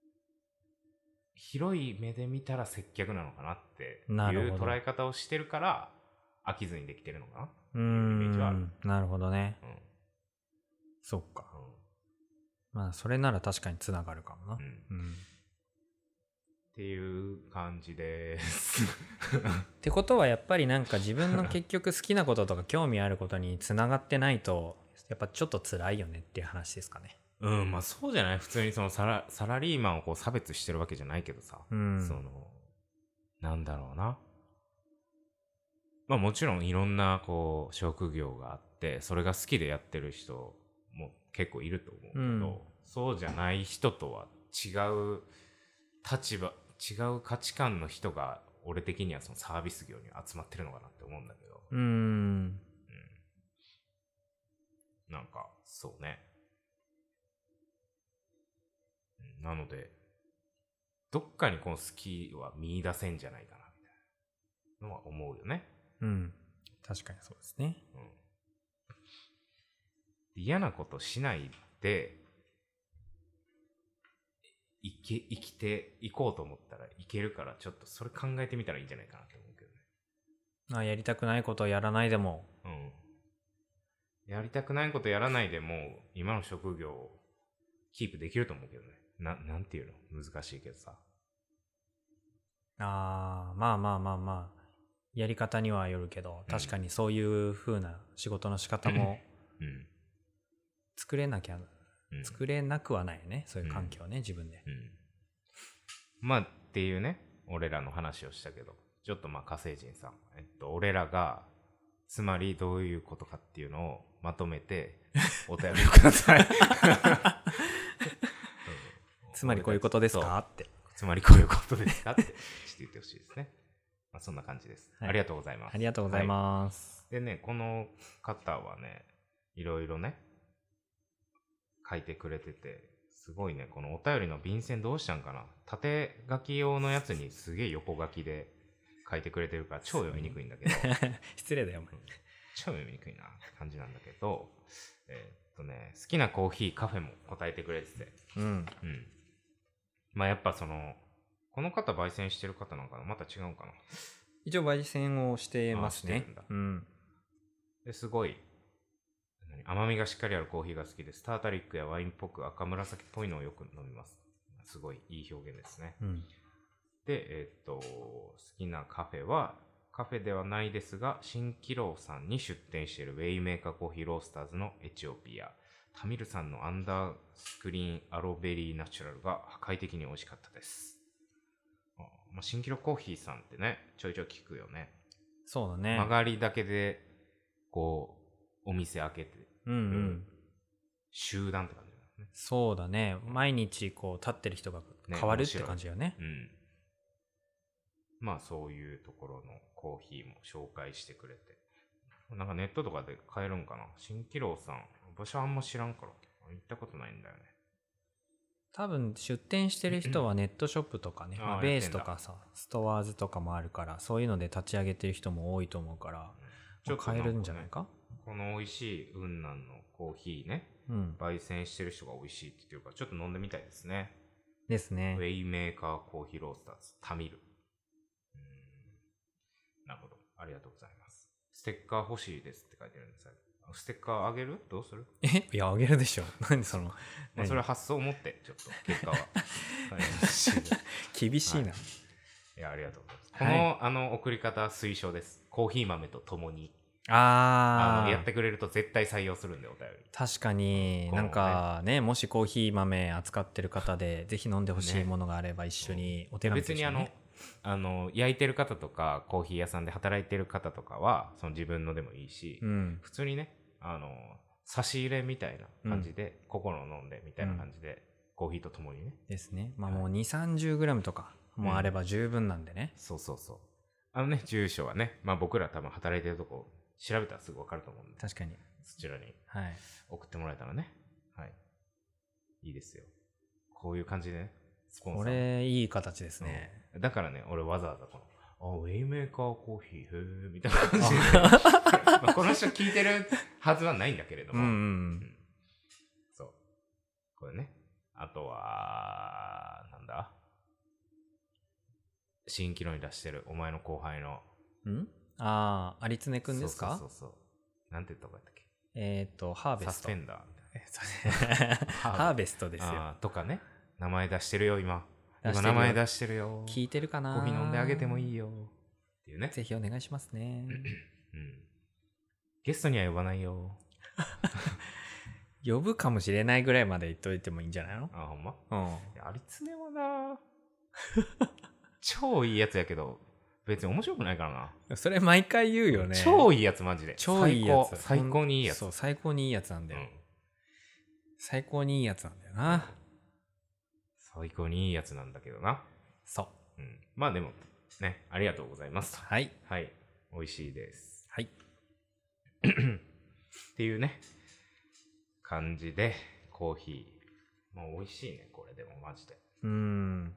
広い目で見たら接客なのかなっていう捉え方をしてるから飽きずにできてるのかなっていうイメージはある。 なるほどね、うん、そっか、うん、まあそれなら確かにつながるかもな、うんうん、 っていう感じですってことはやっぱりなんか自分の結局好きなこととか興味あることにつながってないとやっぱちょっと辛いよねっていう話ですかね。 うん、まあそうじゃない。普通にそのサラ、サラリーマンをこう差別してるわけじゃないけどさ、うん、そのなんだろうな、まあもちろんいろんなこう職業があってそれが好きでやってる人も結構いると思うけど、うん、そうじゃない人とは違う立場、違う価値観の人が俺的にはそのサービス業に集まってるのかなって思うんだけど、うん、うん、なんかそうね。なのでどっかにこの好きは見出せんじゃないかなみたいなのは思うよね。 うん、確かにそうですね。うん、 嫌なことしないで生き、生きていこうと思ったらいけるから、ちょっとそれ考えてみたらいいんじゃないかなって思うけどね。 あ、やりたくないことをやらないでも、うん、 やりたくないことやらないでも今の職業をキープできると思うけどね。な、なんていうの、難しいけどさ。 ああ、まあまあまあまあ、やり方にはよるけど、確かにそういう風な仕事の仕方も作れなきゃ、うん、作れなくはないよね、そういう環境ね、うん、自分で、うん、 まあっていうね、俺らの話をしたけど、ちょっとまあ火星人さん、えっと俺らがつまりどういうことかっていうのをまとめてお便りくださいつまりこういうことですかって、 つまりこういうことですかってちょっと言ってほしいですね。まあ、そんな感じです、はい、ありがとうございます。 ありがとうございます、 はい、でね、この方はね、いろいろね書いてくれてて、すごいね、このお便りの便箋どうしたんかな、縦書き用のやつにすげえ横書きで書いてくれてるから超読みにくいんだけど失礼だよ、 超読みにくいなって感じなんだけど、えー、っとね、好きなコーヒーカフェも答えてくれてて、うん、うん、まあやっぱそのこの方焙煎してる方なんかな、また違うかな。 一応焙煎をしてますね。うん、 ですごい甘みがしっかりあるコーヒーが好きです。タータリックやワインっぽく赤紫っぽいのをよく飲みます。すごいいい表現ですね。うん、で、えー、っと好きなカフェはカフェではないですが、新キローさんに出店しているウェイメーカーコーヒーロースターズのエチオピア、タミルさんのアンダースクリーンアロベリーナチュラルが破壊的に美味しかったです。まあ、新キロコーヒーさんってね、ちょいちょい聞くよね。 そうだね。 曲がりだけでこうお店開けてる、うんうん、集団って感じだね。 そうだね。毎日こう立ってる人が変わるって感じよね。 うん。まあそういうところのコーヒーも紹介してくれて、なんかネットとかで買えるんかな。新キロさん、場所あんま知らんから行ったことないんだよね。 多分出店してる人はネットショップとかね、まあ、ベースとかさ、ストアーズとかもあるから、そういうので立ち上げてる人も多いと思うから、うん、ちょっと買えるんじゃないか。 この美味しい雲南のコーヒーね、うん、焙煎してる人が美味しいって言ってるから、ちょっと飲んでみたいですね。 ですね。 ウェイメーカーコーヒーロースターズタミル。うーん、なるほど、ありがとうございます。ステッカー欲しいですって書いてるんですよ。ステッカーあげる？どうする？ え、いや、あげるでしょ。何その、 まあ、それは発想を持ってちょっと結果は厳しいな、はい、 いや、ありがとうございます。この、はい、あの送り方は推奨です。コーヒー豆とともにああやってくれると絶対採用するんで、お便り。 確かに、なんかね、もしコーヒー豆扱ってる方でぜひ飲んでほしいものがあれば一緒にお手紙と一緒に、ね、別にあのあの焼いてる方とかコーヒー屋さんで働いてる方とかはその自分のでもいいし、うん、普通にね、あの差し入れみたいな感じで、うん、心を飲んでみたいな感じで、 コーヒーとともにね。 ですね。まあはいもうにじゅう、さんじゅうグラムとかもあれば十分なんでね。 そうそうそう。あのね、住所はね、まあ僕ら多分働いてるとこ調べたらすぐ分かると思うんで、 確かに。 そちらにはい。 送ってもらえたらね。はい。いいですよ。こういう感じでね、スポンサー。 これ、いい形ですね。 うんだからね、俺わざわざこの、あ、ウェイメーカーコーヒー、へーみたいな感じで、まあこの人聞いてるはずはないんだけれども、 うんうん。 うんそう。これね。あとは、なんだ新規のに出してるお前の後輩の。 んああ、有常くんですか？ そうそうそうそう。なんて言ったかやったっけ？ えっと、ハーベスト。 サスペンダーみたいえそうねハーベストですよ。 な。あーとかね。名前出してるよ、今。 出してるよ今名前出してるよ。 聞いてるかな？ コーヒー飲んであげてもいいよ。っていうね。 ぜひお願いしますね。 うん。ゲストには呼ばないよ。 呼ぶかもしれないぐらいまで言っといてもいいんじゃないの？ あ、ほんま？ うん。 いや、有常はな超いいやつやけど、別に面白くないからな。 それ毎回言うよね。 超いいやつマジで。 超いいやつ。 最高、最高にいいやつ。 そう、最高にいいやつなんだよ。 うん最高にいいやつなんだよな。 最高にいいやつなんだけどな。 そう。 うん。まあでも、ね、ありがとうございますと。 はい。 はい。美味しいです。 はい。 っていうね、感じで、コーヒー。まあ美味しいね、これでもマジで。 うーん。 うん。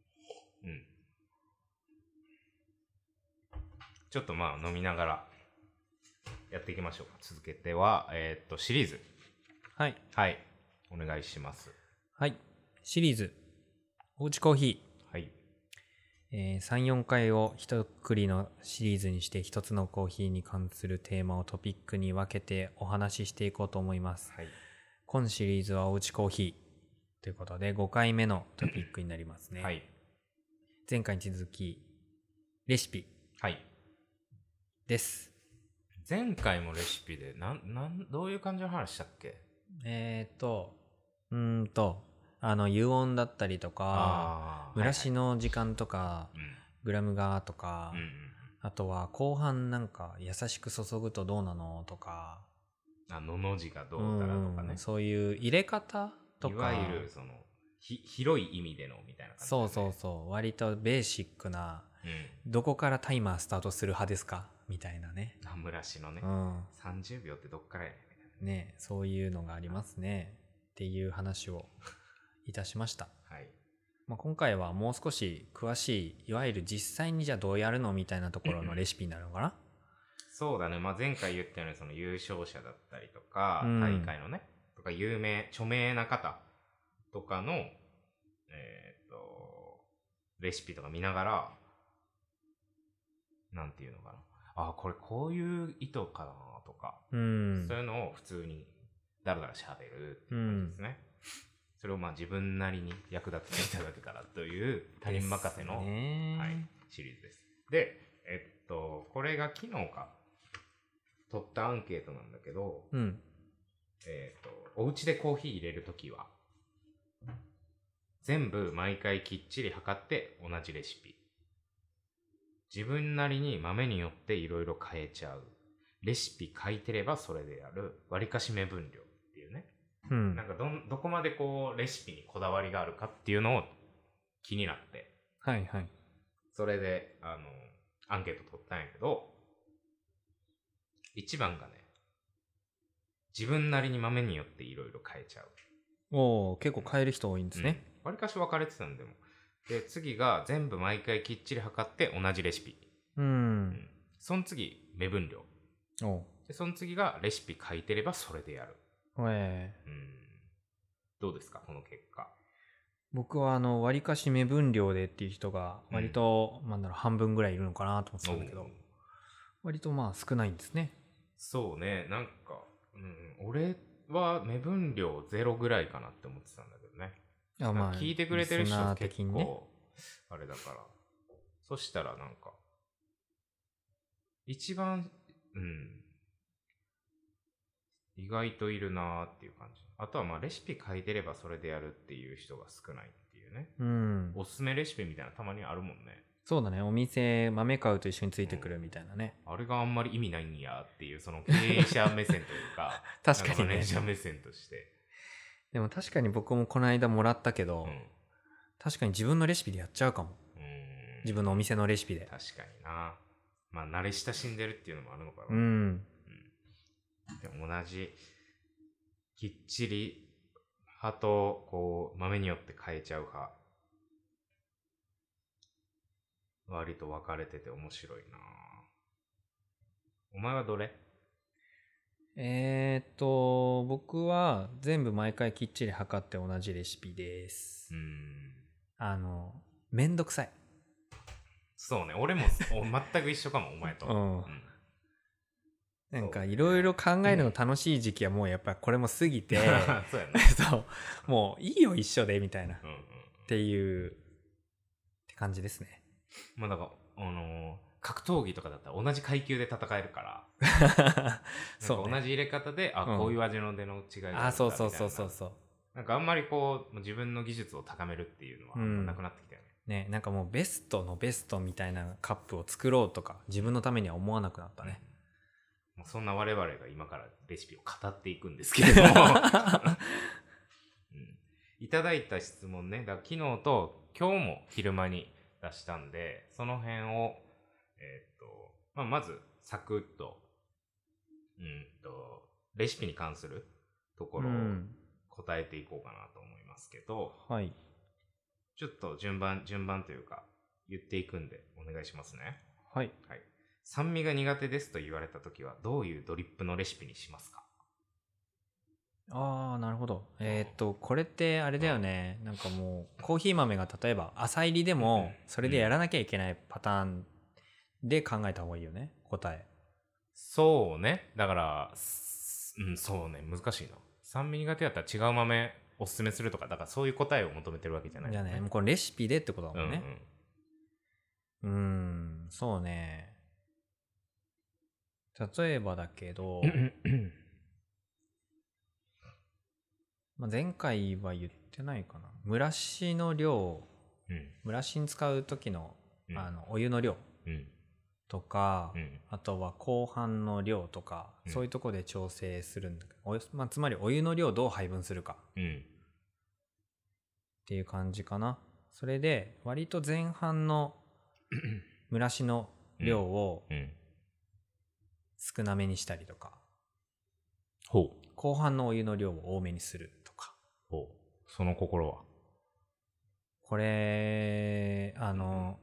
ちょっとまあ飲みながらやっていきましょうか。続けては、えー、っと、シリーズ。 はい。 はい。お願いします。 はい。シリーズ、おうちコーヒー。 はい。 えー、さん、よんかいを一括りのシリーズにして一つのコーヒーに関するテーマをトピックに分けてお話ししていこうと思います。 はい。 今シリーズはおうちコーヒーということでごかいめのトピックになりますね。 はい。 前回に続きレシピはい。 です。 前回もレシピで、なん、なん、どういう感じの話したっけ？ えーっと、うーんと、あの、油温だったりとか、蒸らしの時間とか、 はいはい、 グラムがとか、 うんうんうん、 あとは後半なんか優しく注ぐとどうなのとか、 あのの字がどうだらとかね、 そういう入れ方とか、 いわゆるそのひ広い意味でのみたいな感じ、ね、 そうそうそう、割とベーシックな、うん、どこからタイマースタートする派ですかみたいなね。 蒸らしのね、うん、さんじゅうびょうってどっからやねみたいなね、そういうのがありますねっていう話をいたしました。 はい。 まあ、今回はもう少し詳しい、いわゆる実際にじゃあどうやるのみたいなところのレシピになるのかな。 そうだね、まあ、前回言ったようにその優勝者だったりとか、 うん、 大会のねとか有名著名な方とかのえー、っとレシピとか見ながら、なんていうのかな、あ、これこういう意図かなとか、 うん、 そういうのを普通にだらだらしゃべるっていう感じですね、うん、それをまあ自分なりに役立てていただけたらという他人任せの、ね、はい、シリーズです。で、えっとこれが昨日か取ったアンケートなんだけど、 うん、 えっとお家でコーヒー入れるときは全部毎回きっちり測って同じレシピ、自分なりに豆によっていろいろ変えちゃう、レシピ書いてればそれでやる、割りかし目分量っていうね、うん、なんか ど, どこまでこうレシピにこだわりがあるかっていうのを気になって、 はいはい、 それであのアンケート取ったんやけど、一番がね、自分なりに豆によっていろいろ変えちゃう。 おー、結構変える人多いんですね。 わり、うん、かし分かれてたんでも。で、次が全部毎回きっちり測って同じレシピ。 うん。うん、 その次、目分量。 おで、その次がレシピ書いてればそれでやる。 えー、 うん。どうですか、この結果。 僕はあの割りかし目分量でっていう人が割と、うん、なんだろう、半分ぐらいいるのかなと思ってたんだけど、割とまあ少ないんですね。そうね、なんか、うん、俺は目分量ゼロぐらいかなって思ってたんだけどね。あ、まあ、聞いてくれてる人は結構、ね、あれだから。そしたらなんか、一番、うん、意外といるなーっていう感じ。あとはまあレシピ書いてればそれでやるっていう人が少ないっていうね。うん。おすすめレシピみたいなたまにあるもんね。そうだね。お店、豆買うと一緒についてくるみたいなね。うん、あれがあんまり意味ないんやっていう、その経営者目線というか、確かにね。マネージャー目線として。 でも確かに僕もこの間もらったけど、 うん、 確かに自分のレシピでやっちゃうかも。 うん、 自分のお店のレシピで。 確かにな。まあ慣れ親しんでるっていうのもあるのかな。 うん、うん、 でも同じきっちり派とこう豆によって変えちゃう派、割と分かれてて面白いな。お前はどれ？ えーっと僕は全部毎回きっちり測って同じレシピです。 うーん、 あのめんどくさい。 そうね、俺も全く一緒かもお前と、 うん、 うん、 なんかいろいろ考えるの楽しい時期はもうやっぱりこれも過ぎてそうやなそうもういいよ一緒でみたいな、 うんうん、 っていうって感じですね。 まあだからあのー、格闘技とかだったら同じ階級で戦えるからそう、ね、同じ入れ方であ、うん、こういう味の出の違いがあるんだみたいな。 あ、そうそうそうそうそう。 なんかあんまりこう自分の技術を高めるっていうのはあんまなくなってきたよね。 うん、ね、なんかもうベストのベストみたいなカップを作ろうとか自分のためには思わなくなったね。 うん、そんな我々が今からレシピを語っていくんですけれども、うん、いただいた質問ね、だから昨日と今日も昼間に出したんで、その辺をえー、っと、まあ、まずサクッと、うんとレシピに関するところを答えていこうかなと思いますけど、 うん、はい。 ちょっと順番順番というか言っていくんでお願いしますね。 はい。 はい。酸味が苦手ですと言われたときはどういうドリップのレシピにしますか？ ああ、なるほど。えー、っとこれってあれだよね。なんかもうコーヒー豆が例えば浅入りでもそれでやらなきゃいけないパターンで考えた方がいいよね、答え。 そうね。だから、うん、そうね、難しいな。酸味苦手だったら違う豆おすすめするとか、だからそういう答えを求めてるわけじゃない、 じゃあね、もうこれレシピでってことだもんね。うん、うん、うーん、そうね。例えばだけど、まあ前回は言ってないかな。蒸らしの量、うん、蒸らしに使う時の、うん、あのお湯の量、うんとか、うん、あとは後半の量とか、うん、そういうとこで調整するんだけど、まあ、つまりお湯の量をどう配分するか、うん、っていう感じかな。それで割と前半の蒸らしの量を少なめにしたりとか、うんうん、後半のお湯の量を多めにするとか。 ほう。その心は？ これあの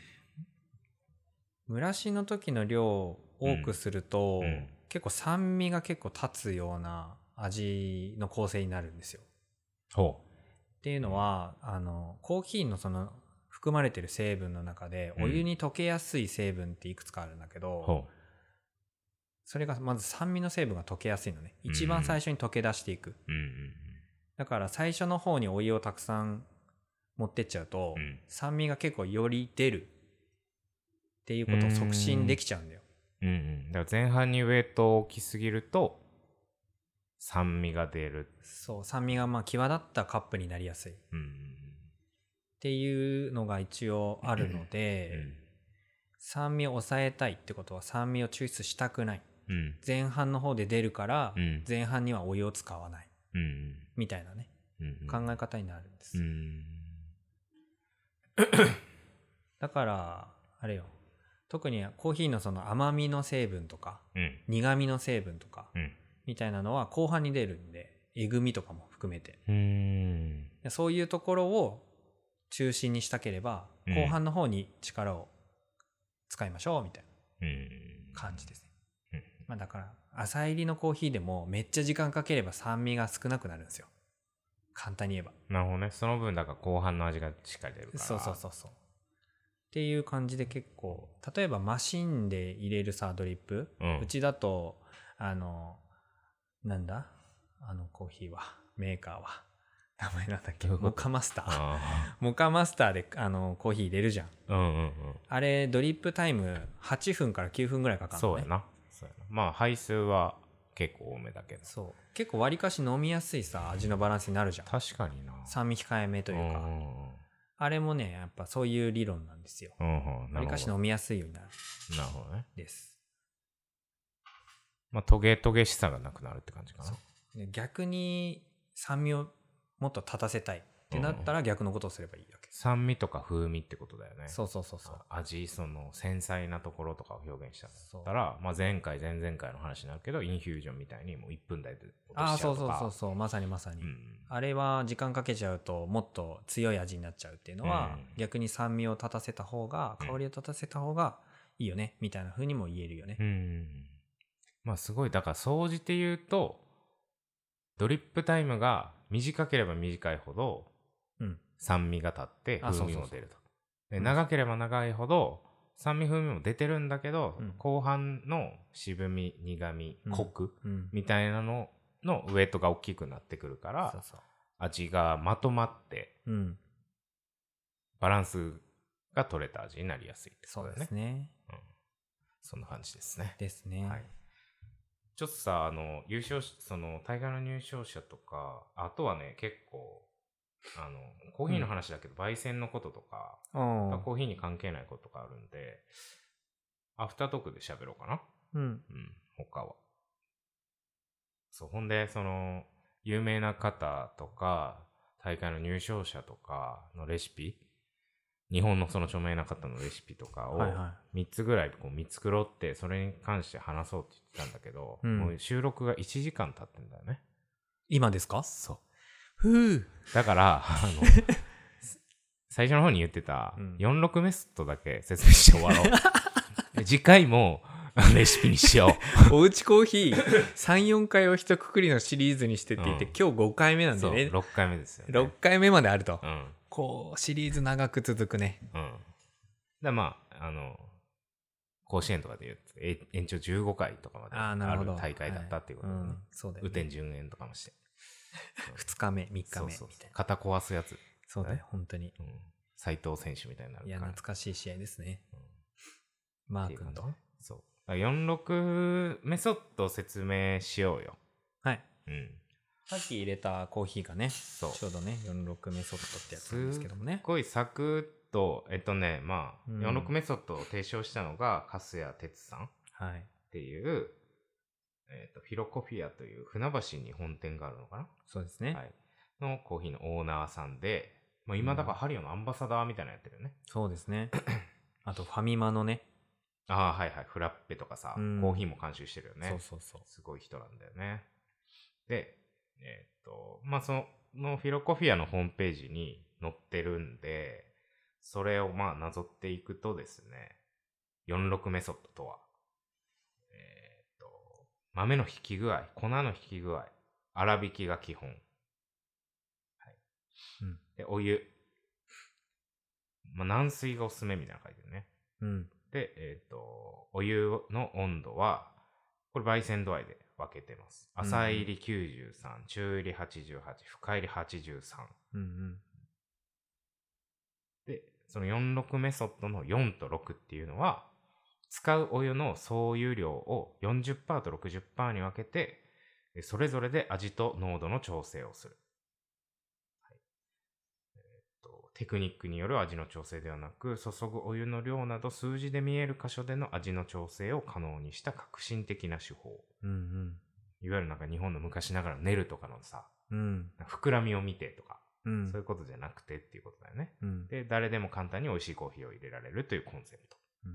蒸らしの時の量を多くすると、うんうん、結構酸味が結構立つような味の構成になるんですよ。 ほう。 っていうのは、うん、あのコーヒーのその含まれてる成分の中で、うん、お湯に溶けやすい成分っていくつかあるんだけど、うん、それがまず酸味の成分が溶けやすいのね。一番最初に溶け出していく、うんうん、だから最初の方にお湯をたくさん持ってっちゃうと、うん、酸味が結構より出るっていうことを促進できちゃうんだよ。 うんうん。だから前半にウエイトを置きすぎると酸味が出る。 そう、酸味がまあ際立ったカップになりやすい。うん、っていうのが一応あるので、うん、酸味を抑えたいってことは酸味を抽出したくない。うん、前半の方で出るから前半にはお湯を使わない。うん、みたいなね、うん、考え方になるんです。うん、だからあれよ。特にコーヒーのその甘みの成分とか、うん、苦みの成分とか、うん、みたいなのは後半に出るんで、えぐみとかも含めて、うーん、そういうところを中心にしたければ、うん、後半の方に力を使いましょうみたいな感じですね。うん、まあ、だから浅入りのコーヒーでもめっちゃ時間かければ酸味が少なくなるんですよ。簡単に言えば。 なるほどね。その分だから後半の味がしっかり出るから。 そうそうそうそう。っていう感じで結構、例えばマシンで入れるさドリップ、うん、うちだとあのなんだあのコーヒーはメーカーは名前なんだっけ、モカマスターモカマスターであのコーヒー入れるじゃん、うんうんうん、あれドリップタイムはちふんからきゅうふんぐらいかかるのね。 そうやな、そうやな。まあ配数は結構多めだけど、 そう結構わりかし飲みやすいさ味のバランスになるじゃん。 確かにな。 酸味控えめというか、うんうんうん、あれもねやっぱそういう理論なんですよ。わりかし飲みやすいようになる。 なるほどね。 です。まあトゲトゲしさがなくなるって感じかな。 そう逆に酸味をもっと立たせたいってなったら逆のことをすればいいわけ、 酸味とか風味ってことだよね。 そうそうそうそう。 味、その繊細なところとかを表現したんだったら、まあ、前回前々回の話になるけどインフュージョンみたいにもういっぷん台で落としちゃうとか。 ああそうそうそうそう、まさにまさに、うん、あれは時間かけちゃうともっと強い味になっちゃうっていうのは、うん、逆に酸味を立たせた方が香りを立たせた方がいいよね、うん、みたいな風にも言えるよね。 うん、まあすごいだから総じて言うとドリップタイムが短ければ短いほど、うん、酸味が立って風味も出ると。で長ければ長いほど酸味風味も出てるんだけど、うん、後半の渋み苦みコク、うん、みたいなののウエイトが大きくなってくるから、そうそう味がまとまって、うん、バランスが取れた味になりやすいってことだよね。そうですね、うん、そんな感じですね。 ですね。はい。 ちょっとさ、あの優勝その大会の入賞者とか、あとはね結構あのコーヒーの話だけど、うん、焙煎のこととか、コーヒーに関係ないことがあるんで、アフタートークで喋ろうかな。うん、うん、他は。そう、ほんでその有名な方とか大会の入賞者とかのレシピ、日本のその著名な方のレシピとかをみっつぐらいこう見繕ってそれに関して話そうって言ってたんだけど、うん、もう収録がいちじかん経ってんだよね。 今ですか？ そう。 ふう。 だからあの最初の方に言ってたよんじゅうろくメソッドだけ説明して終わろう。次回もレシピにしよう。おうちコーヒーさん、よんかいを一括りのシリーズにしてって言って、うん、今日ごかいめなんでね。 そうろっかいめですよね。 ろっかいめまであると、うん、こうシリーズ長く続くね。 うん。だまああの甲子園とかで言うと延長じゅうごかいとかまである大会だったっていうことでね。はい、うん、そうだよね。雨天順延とかもして。 ふつかめみっかめみたいな。そうそうそう、 肩壊すやつ、ね、 そうだよ本当に、うん、 斉藤選手みたいになるから。 いや懐かしい試合ですね、うん、マー君と。 そうよんじゅうろくメソッドを説明しようよ。 はい、うん、さっき入れたコーヒーがね、そうちょうどねよんじゅうろくメソッドってやつなんですけどもね、 すっごいサクッとえっとねまあ、うん、よんじゅうろくメソッドを提唱したのが粕谷哲さんっていう、はい、えー、とフィロコフィアという船橋に本店があるのかな。 そうですね、 はい、のコーヒーのオーナーさんで、もう今だからハリオのアンバサダーみたいなのやってるよね、 うん、そうですね。あとファミマのね、 ああはいはい、フラッペとかさ、うん、コーヒーも監修してるよね。 そうそうそう、 すごい人なんだよね。でえっ、ー、とまあそのフィロコフィアのホームページに載ってるんで、それをまあなぞっていくとですね、よんじゅうろくメソッドとは、豆の引き具合、粉の引き具合、粗挽きが基本、はい、うん、でお湯、まあ、軟水がおすすめみたいなの書いてるね、うん、で、えーと、お湯の温度はこれ焙煎度合いで分けてます。浅入りきゅうじゅうさん、中入りはちじゅうはち、深入りはちじゅうさん、うんうん、でそのよんじゅうろくメソッドのよんとろくっていうのは使うお湯の総湯量を よんじゅっパーセント と ろくじゅっパーセント に分けて、それぞれで味と濃度の調整をする。はい、えー、とテクニックによる味の調整ではなく、注ぐお湯の量など数字で見える箇所での味の調整を可能にした革新的な手法。うんうん、いわゆるなんか日本の昔ながらの練るとかのさ、うん、膨らみを見てとか、うん、そういうことじゃなくてっていうことだよね。うん、で、誰でも簡単に美味しいコーヒーを入れられるというコンセプト。うん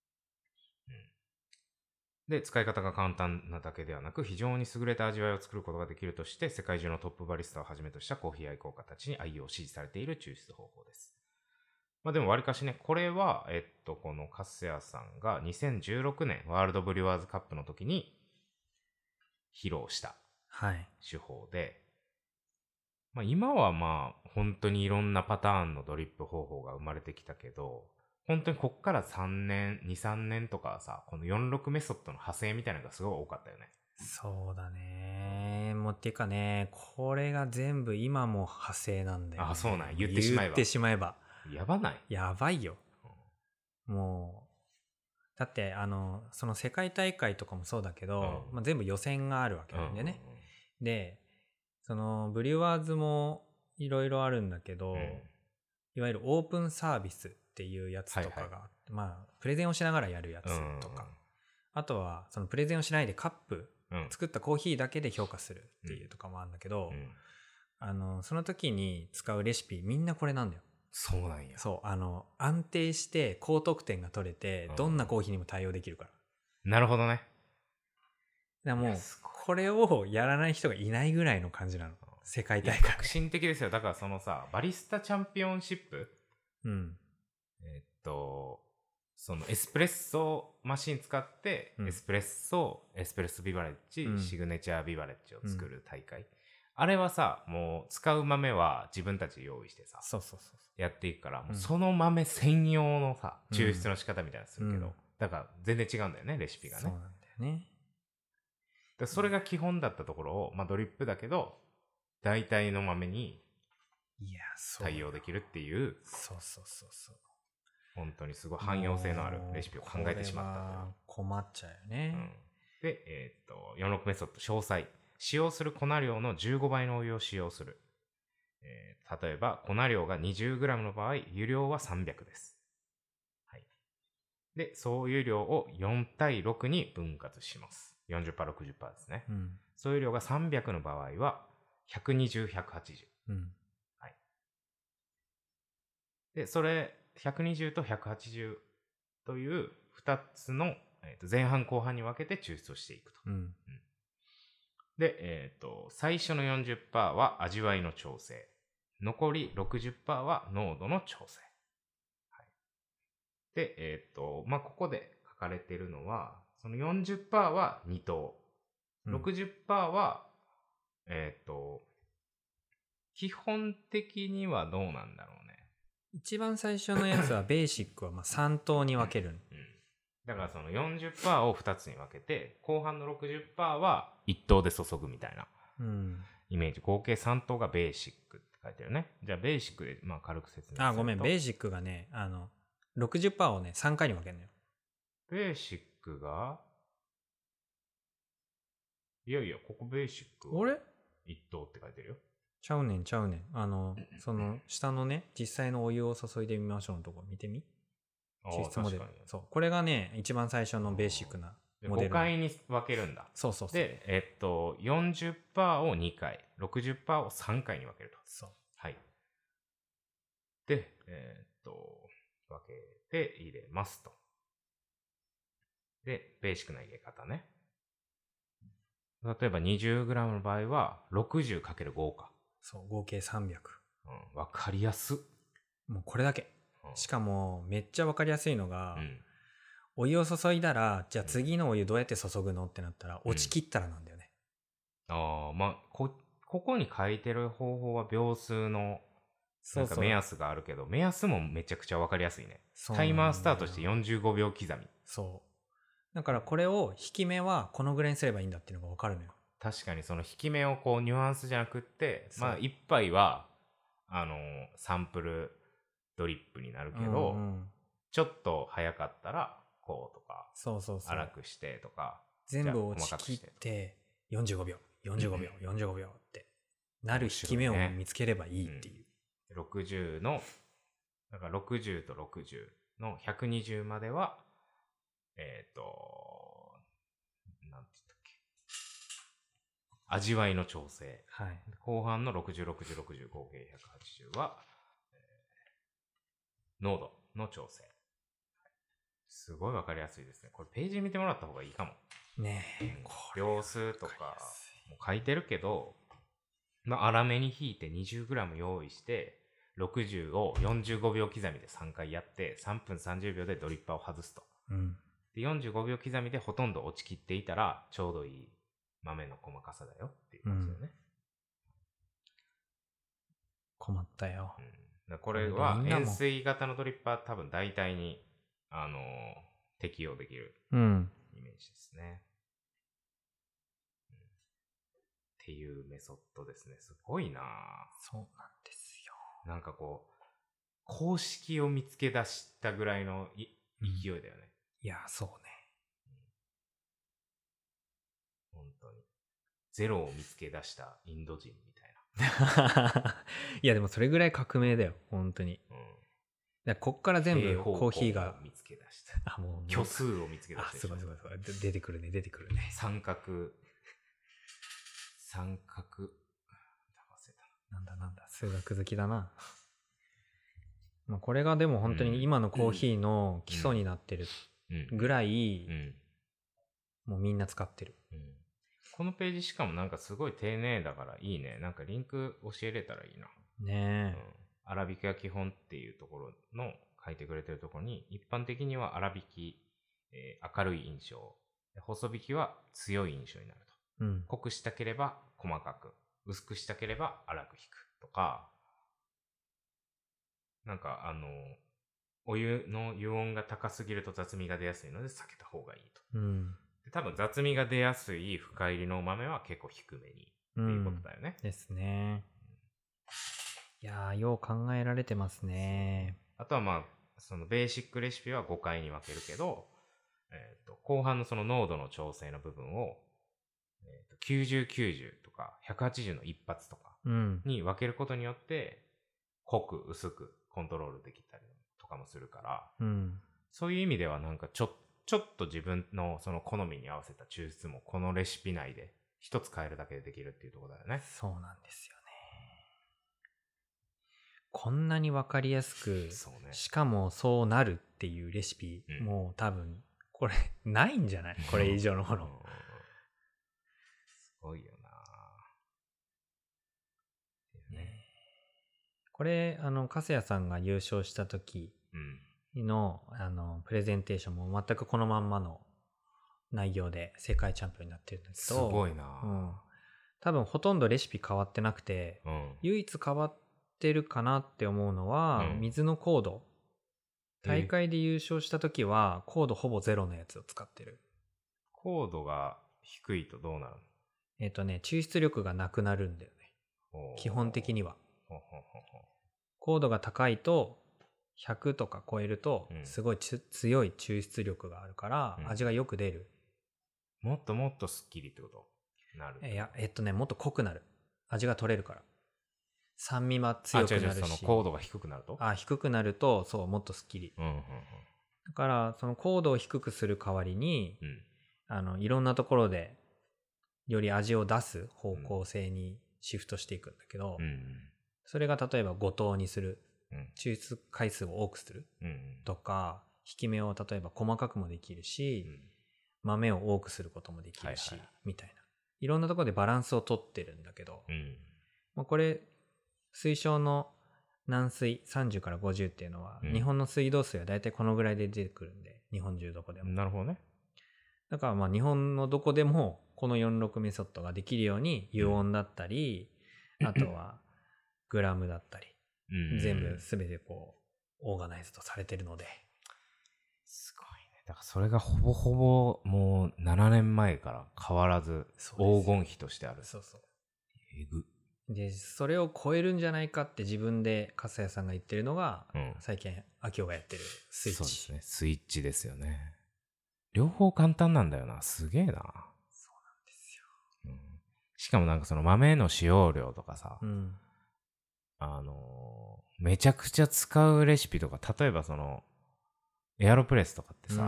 で、使い方が簡単なだけではなく、非常に優れた味わいを作ることができるとして、世界中のトップバリスタをはじめとしたコーヒー愛好家たちに愛用支持されている抽出方法です。まあでもわりかしね、これは、えっと、この粕谷さんがにせんじゅうろくねんワールドブリュワーズカップの時に披露した手法で、はい、まあ今はまあ本当にいろんなパターンのドリップ方法が生まれてきたけど、本当にこっからさんねん、に、さんねんとかはさ、このよんじゅうろくメソッドの派生みたいなのがすごい多かったよね。 そうだね。もうっていうかね、これが全部今も派生なんだよね。 あ、そうなん、言ってしまえば。 言ってしまえば。 やばない？ やばいよ。うん、もう、だってあの、その世界大会とかもそうだけど、うん、まあ、全部予選があるわけなんでね。うんうんうん、で、そのブリュワーズもいろいろあるんだけど、うん、いわゆるオープンサービスっていうやつとかが、はいはい、まあプレゼンをしながらやるやつとか、うん、あとはそのプレゼンをしないでカップ、うん、作ったコーヒーだけで評価するっていうとかもあるんだけど、うん、 あのその時に使うレシピみんなこれなんだよ。 そうなんや。 そうあの安定して高得点が取れて、 うんどんなコーヒーにも対応できるから。 なるほどね。 だからもういやすごいこれをやらない人がいないぐらいの感じなの、世界いや大会。 革新的ですよ。だからそのさ、バリスタチャンピオンシップ、 うんえっと、そのエスプレッソマシン使って、 うんエスプレッソ、エスプレッソビバレッジ、 うんシグネチャービバレッジを作る大会。あれはさ、もう使う豆は自分たちで用意してさ、 そうそうそうやっていくから、もううんその豆専用のさ、 うん抽出の仕方みたいなのするけど、 うんだから全然違うんだよね、レシピがね。 そうなんだよね。 でそれが基本だったところを、まあドリップだけど、大体の豆にいやそう対応できるっていう、 そうそうそうそう本当にすごい汎用性のあるレシピを考えてしまったという。 これは困っちゃうよね。 うん、で、えーっと、よんじゅうろくメソッド詳細。使用する粉量のじゅうごばいのお湯を使用する。えー例えば、粉量が にじゅうグラム の場合、湯量はさんびゃくです。はい。で、総湯量をよんたいろくに分割します。よんじゅっパーセント、ろくじゅっパーセント ですね。 うん。 総湯量がさんびゃくの場合は、ひゃくにじゅう、ひゃくはちじゅう。 うん。 はい。で、それ、ひゃくにじゅうとひゃくはちじゅうというふたつの、えーと前半後半に分けて抽出をしていくと。 うん。 で、えっと、最初の よんじゅっパーセント は味わいの調整。残り ろくじゅっパーセント は濃度の調整。はい、で、えっと、まあ、ここで書かれているのは、その よんじゅっパーセント はにとう。ろくじゅっパーセント は、えっと、基本的にはどうなんだろうね。 一番最初のやつはベーシックはまあさん等に分ける。 うん。だからその よんじゅっパーセント をふたつに分けて、後半の ろくじゅっパーセント はいち等で注ぐみたいなイメージ。合計さん等がベーシックって書いてるね。じゃあベーシックでまあ軽く説明すると。 あ、ごめん、ベーシックがね、あの、ろくじゅっパーセントをね、さんかいに分けるのよ。 ベーシックが、いやいや、ここベーシックあれいち等って書いてるよ。 ちゃうねん、ちゃうねん。あの、その、下のね、実際のお湯を注いでみましょうのとこ見てみ。 ああ、 抽出モデル確かに。 そう。これがね、一番最初のベーシックなモデル。 ごかいに分けるんだ。 そうそうそう。 で、えっと、よんじゅっパーセント をにかい、ろくじゅっパーセント をさんかいに分けると。 そう。 はい。で、えーっと、分けて入れますと。で、ベーシックな入れ方ね。例えば にじゅうグラム の場合は ろくじゅうかけるご か。 そう、合計さんびゃく。 うん、分かりやすっ。 もうこれだけ。 うん、 しかも、めっちゃ分かりやすいのが、 うん、 お湯を注いだら、じゃあ次のお湯どうやって注ぐのってなったら、 うん落ちきったらなんだよね。 ああ、まあ、こ、ここに書いてる方法は秒数のなんか目安があるけど、目安もめちゃくちゃわかりやすいね。タイマースタートしてよんじゅうごびょう刻み。 そう。だからこれを引き目はこのぐらいにすればいいんだっていうのがわかるのよ。 確かにその引き目をこうニュアンスじゃなくって、まあ一杯は、あのー、サンプルドリップになるけど、うんうん、ちょっと早かったらこうとか、 そうそうそう。 粗くしてとか、 全部落ちきってよんじゅうごびょう、よんじゅうごびょう、うん、よんじゅうごびょうってなる引き目を見つければいいっていう。 うん、ろくじゅうの、だからろくじゅうとろくじゅうのひゃくにじゅうまでは、えっと、なんて言ったっけ。味わいの調整。 はい。 後半のろくじゅう、ろくじゅう、ろくじゅう、合計ひゃくはちじゅうは、えー、濃度の調整。すごいわかりやすいですね。これページ見てもらった方がいいかも。 ねえ。 秒数とかも書いてるけど、まあ、粗めに引いて にじゅうグラム 用意して、ろくじゅうをよんじゅうごびょう刻みでさんかいやって、さんぷんさんじゅうびょうでドリッパーを外すと。 うん、 でよんじゅうごびょう刻みでほとんど落ちきっていたら、ちょうどいい豆の細かさだよっていう感じだよね。うん、 困ったよ。 うん、これは円錐型のドリッパー多分大体に、あのー、適用できるイメージですね、うん。っていうメソッドですね。すごいなぁ。 そうなんですよ。 なんかこう、公式を見つけ出したぐらいのい、うん、勢いだよね。 いや、そうね。 うん、本当に。ゼロを見つけ出したインド人みたいな。いや、でもそれぐらい革命だよ。本当に。うん、だこっから全部コーヒーが。 見つけ出した。あ、もう。虚数を見つけ出した。 あ、すごいすごいすごい。出てくるね、出てくるね。 三角。三角。 なんだなんだ、数学好きだな。まあこれがでも本当に今のコーヒーの基礎になってるぐらい、 うんうんもうみんな使ってる、 うん。このページしかもなんかすごい丁寧だからいいね。なんかリンク教えれたらいいな。 ねえ、 うん、粗挽きが基本っていうところの書いてくれてるところに、一般的には粗挽き、えー、明るい印象、細挽きは強い印象になると、うん、濃くしたければ細かく、薄くしたければ粗く引くとか、なんかあのお湯の湯温が高すぎると雑味が出やすいので避けた方がいいと、うん、で多分雑味が出やすい深入りのお豆は結構低めにっていうことだよね、 うん、ですね。いやー、よう考えられてますね。 あとはまあそのベーシックレシピはごかいに分けるけど、えー、と後半のその濃度の調整の部分を、えー、ときゅうじゅうきゅうじゅうとかひゃくはちじゅうの一発とかに分けることによって、濃く薄くコントロールできたりとかもするから、うん、そういう意味ではなんかちょ、ちょっと自分のその好みに合わせた抽出もこのレシピ内で一つ変えるだけでできるっていうところだよね。 そうなんですよね。こんなに分かりやすく、そうね、しかもそうなるっていうレシピ、うん、もう多分これないんじゃない？これ以上のもの。 すごいよな、 ね、これあの粕谷さんが優勝した時の、うん、あのプレゼンテーションも全くこのまんまの内容で世界チャンピオンになってるんだけど、 すごいな、 うん、多分ほとんどレシピ変わってなくて、うん、唯一変わってるかなって思うのは、うん、水の硬度。大会で優勝した時は硬度ほぼゼロのやつを使ってる。 硬度が低いとどうなるの？ えっとね、抽出力がなくなるんだよね、基本的には。硬度が高いとひゃくとか超えるとすごい、うん、強い抽出力があるから味がよく出る、 うん、もっともっとスッキリってことなる？ いや、えっとね、もっと濃くなる。味が取れるから。酸味も強くなるし。あ、違う違う、 その硬度が低くなると？ あ、低くなると、そう、もっとスッキリ。うんうんうん、だから、その硬度を低くする代わりに、うん、あの、いろんなところで、より味を出す方向性にシフトしていくんだけど、うんうん、それが例えばご等にする、うん、抽出回数を多くする、うんうん、とか、引き目を例えば細かくもできるし、うん、豆を多くすることもできるし、はいはい、みたいな。いろんなところでバランスを取ってるんだけど、うん、まあ、これ、推奨の軟水さんじゅうからごじゅうっていうのは、うん、日本の水道水はだいたいこのぐらいで出てくるんで、日本中どこでも。 なるほどね。 だからまあ日本のどこでもこのよんじゅうろくメソッドができるように油温だったり、うん、あとはグラムだったり、うん、全部すべてこうオーガナイズとされてるので。 すごいね。だからそれがほぼほぼもうななねんまえから変わらず黄金比としてある。 そうそう。 えぐ。 で、それを超えるんじゃないかって自分で粕谷さんが言ってるのが、うん、最近秋夫がやってるスイッチ。 そうですね。スイッチですよね。両方簡単なんだよな。すげえな。そうなんですよ、 うん。しかもなんかその豆の使用量とかさ、うん、あのー、めちゃくちゃ使うレシピとか、例えばそのエアロプレスとかってさ、うん、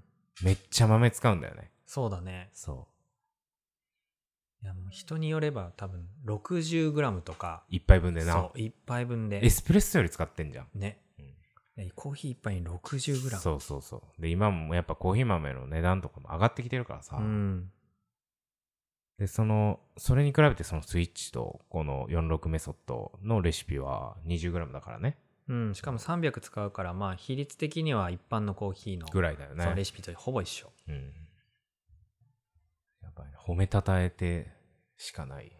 めっちゃ豆使うんだよね。 そうだね。 そう。 いやもう人によれば多分 ろくじゅうグラム とか一杯分でな。 そう一杯分でエスプレッソより使ってんじゃんね、うん、コーヒー一杯に ろくじゅうグラム。 そうそうそう。で今もやっぱコーヒー豆の値段とかも上がってきてるからさ、うん、でそのそれに比べてそのスイッチとこのよんじゅうろくメソッドのレシピは にじゅうグラム だからね。 うん、しかもさんびゃく使うからまあ比率的には一般のコーヒーのぐらいだよね。 そのレシピとほぼ一緒。うん。 やっぱり、ね、褒めたたえてしかない。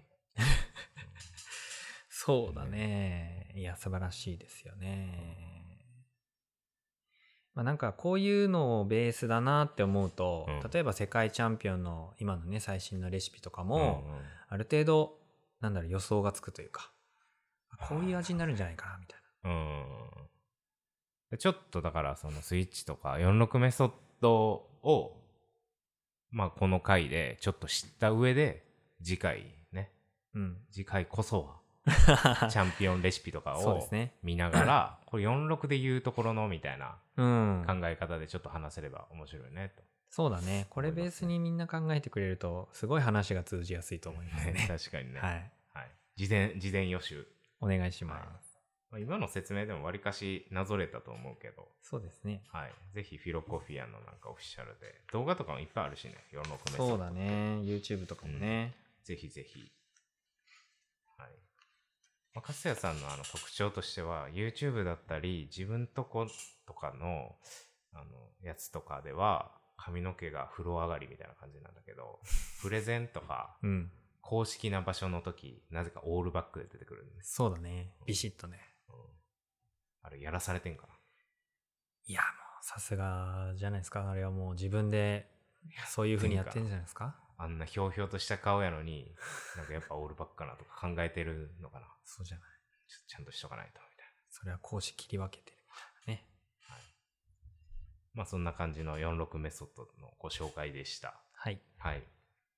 そうだね。いや素晴らしいですよね。まあ、なんかこういうのをベースだなって思うと、うん、例えば世界チャンピオンの今のね最新のレシピとかも、うんうん、ある程度なんだろう予想がつくというか、こういう味になるんじゃないかなみたいな。 うん。ちょっとだからそのスイッチとかよんじゅうろくメソッドをまあこの回でちょっと知った上で次回ね、うん、次回こそはチャンピオンレシピとかを見ながら、ね、これよんじゅうろくで言うところのみたいな考え方でちょっと話せれば面白いねと。 そうだね。これベースにみんな考えてくれるとすごい話が通じやすいと思いますね。 確かにね。 はい。 はい。 事前事前予習お願いします。 はいまあ、今の説明でもわりかしなぞれたと思うけど、 そうですね。 はい。ぜひフィロコフィアのなんかオフィシャルで、動画とかもいっぱいあるしね、よんろくメソッド。 そうだね。YouTube とかもね。 うん、ぜひぜひ。はい。まあ、粕谷さんのあの特徴としては、YouTube だったり、自分とことかの、あの、やつとかでは、髪の毛が風呂上がりみたいな感じなんだけど、プレゼンとか、うん、公式な場所の時、なぜかオールバックで出てくるんです。 そうだね。ビシッとね。 うん、あれ、やらされてんかな。 いや、もう、さすがじゃないですか。あれはもう自分で、そういう風にやってんじゃないですか。 あんなひょうひょうとした顔やのに、なんかやっぱオールバックかなとか考えてるのかな。 そうじゃない。 ちょっとちゃんとしとかないと、みたいな。 それは講師切り分けてるね。 はい。まあそんな感じのよんろくメソッドのご紹介でした。 はい。 はい。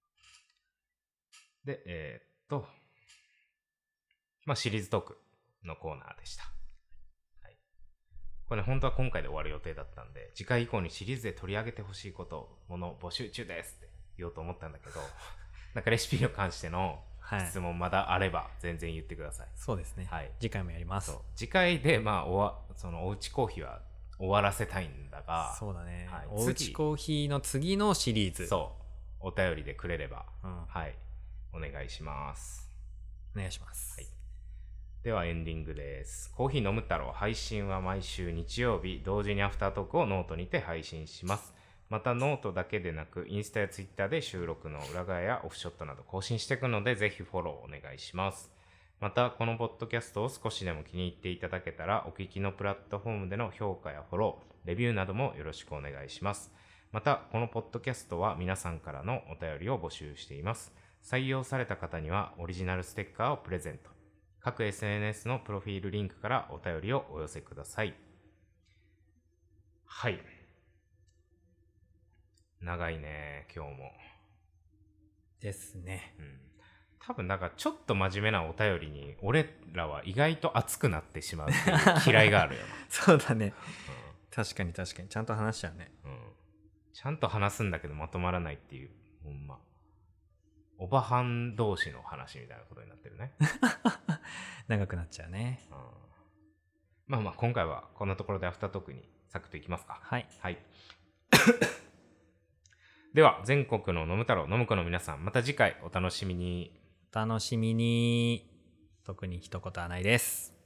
で、えー、っと、まあシリーズトークのコーナーでした。はい。これ、ね、本当は今回で終わる予定だったんで、次回以降にシリーズで取り上げてほしいこと、もの募集中ですって言おうと思ったんだけど、なんかレシピに関しての質問まだあれば全然言ってください。はい、 そうですね。はい。次回もやります。そう。 次回で、まあ、おわ、そのおうちコーヒーは終わらせたいんだが、 そうだね。はい、おうちコーヒーの次のシリーズ。 そう。お便りでくれれば、うん、はい。お願いします。 お願いします。はい。 ではエンディングです。コーヒー飲む太郎配信は毎週日曜日、同時にアフタートークをノートにて配信します。またノートだけでなく、インスタやツイッターで収録の裏側やオフショットなど更新していくので、ぜひフォローお願いします。また、このポッドキャストを少しでも気に入っていただけたら、お聞きのプラットフォームでの評価やフォロー、レビューなどもよろしくお願いします。また、このポッドキャストは皆さんからのお便りを募集しています。採用された方にはオリジナルステッカーをプレゼント。各 エスエヌエス のプロフィールリンクからお便りをお寄せください。はい。長いね、今日も。 ですね。 うん。多分なんかちょっと真面目なお便りに俺らは意外と熱くなってしまうっていう嫌いがあるよな。 そうだね、うん。確かに確かに。ちゃんと話しちゃうね。 うん。ちゃんと話すんだけどまとまらないっていう。ほんま。おばはん同士の話みたいなことになってるね。 長くなっちゃうね。 うん。まあまあ今回はこんなところでアフタートークにサクッといきますか。 はい。 はい。では全国の飲む太郎飲む子の皆さん、また次回お楽しみに。 お楽しみに。特に一言はないです。